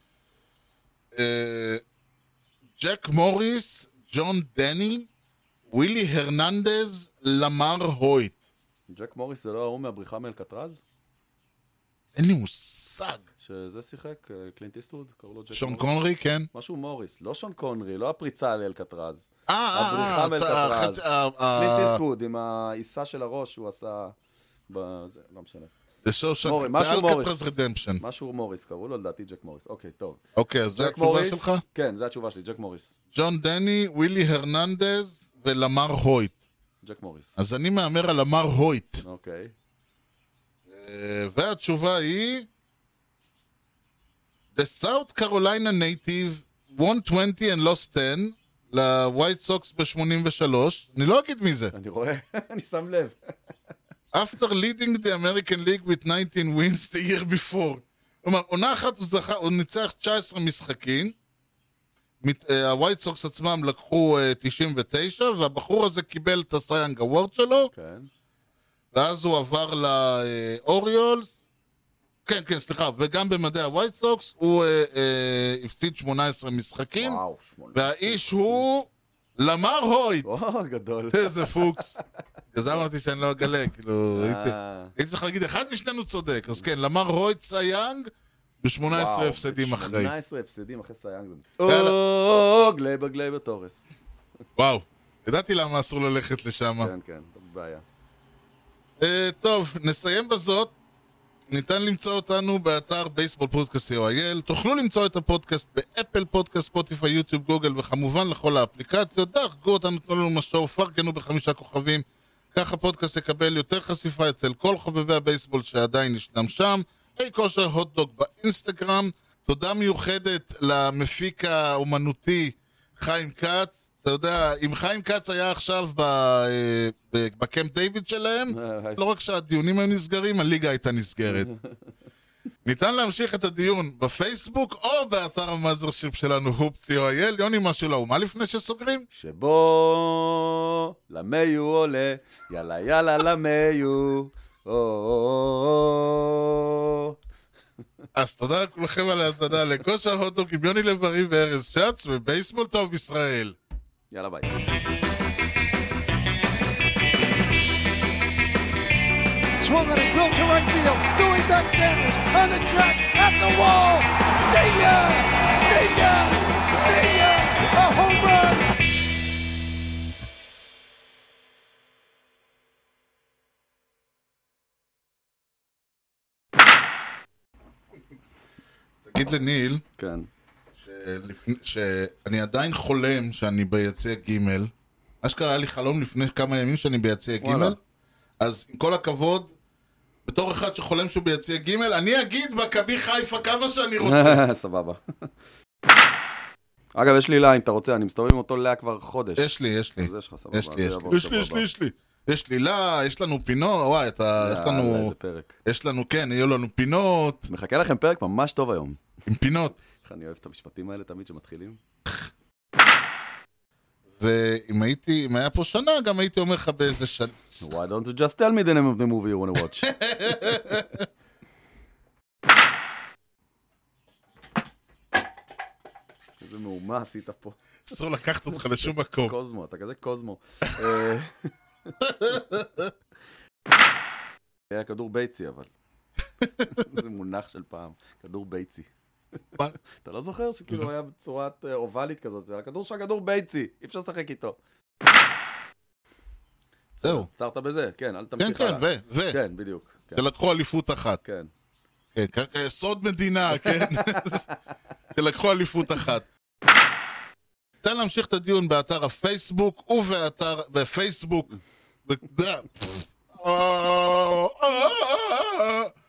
אה, ג'ק מוריס, ג'ון דני, ווילי הרננדז, למר הויט. ג'ק מוריס זה לא ההוא מהבריחה מאלקטרז? אין לי מושג. שזה שיחק, אה, קלינט איסטווד, קראו לו ג'ק שון מוריס. קונרי, כן. משהו מוריס, לא שון קונרי, לא הפריצה לאלקטרז. אה, אה, הבריחה אה, מאלקטרז. הצ- אה, אה, קלינט אה, איסטווד עם העיסה של הראש שהוא עשה... בזה, לא משנה. The Shawshank- מורי, The משהו מוריס. Alcatraz Redemption. משהו מוריס, קראו לו לדעתי ג'ק מוריס. אוקיי, טוב. אוקיי, אז זה ג'ק התשובה מוריס, שלך? כן, זו התשובה שלי, ג'ק מוריס. ג'ון דני, ווילי הרננדז ולמר הויט. ג'ק מוריס. אז אני מהמר על למר הויט. אוקיי. אה, והתשובה היא... The South Carolina native won twenty and lost ten לווייט סוקס ב-שמונים ושלוש. אני לא אגיד מי זה. אני רואה, אני שם לב. After leading the American League with nineteen wins the year before. כלומר, עונה אחת הוא, זכה, הוא ניצח תשע עשרה משחקים. מת- אה, הווייט סוקס עצמם לקחו אה, תשעים ותשע, והבחור הזה קיבל את הסייאנג אוורד שלו, כן. ואז הוא עבר לאוריולס. כן, כן, סליחה, וגם במדעי הווייט סוקס הוא אה, אה, הפסיד שמונה עשרה משחקים, וואו, שמונה. והאיש הוא למר הויט. וואו, גדול. איזה פוקס. אז אמרתי שאני לא אגלה, כאילו, הייתי... אה, הייתי צריך להגיד, אחד משנינו צודק. אז כן, למר הויט סייאנג ב-שמונה עשרה וואו, הפסדים אחרי. שמונה עשרה הפסדים אחרי סייאנג. יאללה. או, גלייבר גלייבר טורס. וואו, ידעתי למה אסור ללכת לשם. כן, כן, בעיה. אה, טוב, נסיים בזאת. ניתן למצוא אותנו באתר בייסבול פודקאסט סי או איי אל. תוכלו למצוא את הפודקאסט באפל פודקאסט, ספוטיפיי, יוטיוב, גוגל, וכמובן לכל האפליקציות. דרגו אותנו, תנו לנו משוב, פרגנו בחמישה כוכבים. כך הפודקאסט יקבל יותר חשיפה אצל כל חובבי הבייסבול שעדיין ישנם שם. היי כושר הוטדוג באינסטגרם. תודה מיוחדת למפיק האומנותי חיים כץ. אתה יודע, אם חיים כץ היה עכשיו ב- אה, ב- בקמפ דיוויד שלהם, לא רק שהדיונים היו נסגרים, הליגה הייתה נסגרת. ניתן להמשיך את הדיון בפייסבוק או באתר המאזרשיפ שלנו, הופ או אייל. יוני, משהו לאומה לפני שסוגרים? שבו למיו עולה, יאללה יאללה למיו. אז תודה לכולכם על ההזנה לכושר הוטדוג עם יוני לב-ארי וארז שץ ובייסבול טוב ישראל. יאללה ביי. Swung on a drill to right field. Doing back Sanders on the track at the wall. See ya! See ya! See ya! A home run! תגיד לניל, כן. שלפני, שאני עדיין חולם שאני ביציע ג', אשכרה היה לי חלום לפני כמה ימים שאני ביציע ג', אז עם כל הכבוד, בתור אחד שחולם שהוא ביציע ג', אני אגיד מכבי חיפה כמה שאני רוצה. סבבה. אגב, יש לי ליין, אתה רוצה, אני מסתובב עם אותו לאה כבר חודש. יש לי, יש לי. אז יש לך, סבבה. יש לי, יש לי, יש לי, יש לי, יש לי. יש לי לה, יש לנו פינות, וואי, אתה, יש לנו... איזה פרק. יש לנו, כן, יהיו לנו פינות. מחכה לכם פרק ממש טוב היום. עם פינות. איך אני אוהב את המשפטים האלה תמיד שמתחילים. ואם הייתי, אם היה פה שנה, גם הייתי אומר לך באיזה שנה. Why don't you just tell me the name of the movie you want to watch? איזה מהומה עשית פה. אסור לקחת אותך לשום מקום. קוזמו, אתה כזה קוזמו. היה כדור ביצי, אבל. זה מונח של פעם. כדור ביצי. אתה לא זוכר שכאילו היה בצורת אובלית כזאת, הכדור של הכדור ביצי, אי אפשר לשחק איתו. זהו. צרת בזה, כן, אל תמשיך. כן, כן, ו, ו. כן, בדיוק. שלקחו אליפות אחת. כן. כן, סוד מדינה, כן. שלקחו אליפות אחת. ניתן להמשיך את הדיון באתר הפייסבוק ובאתר, בפייסבוק.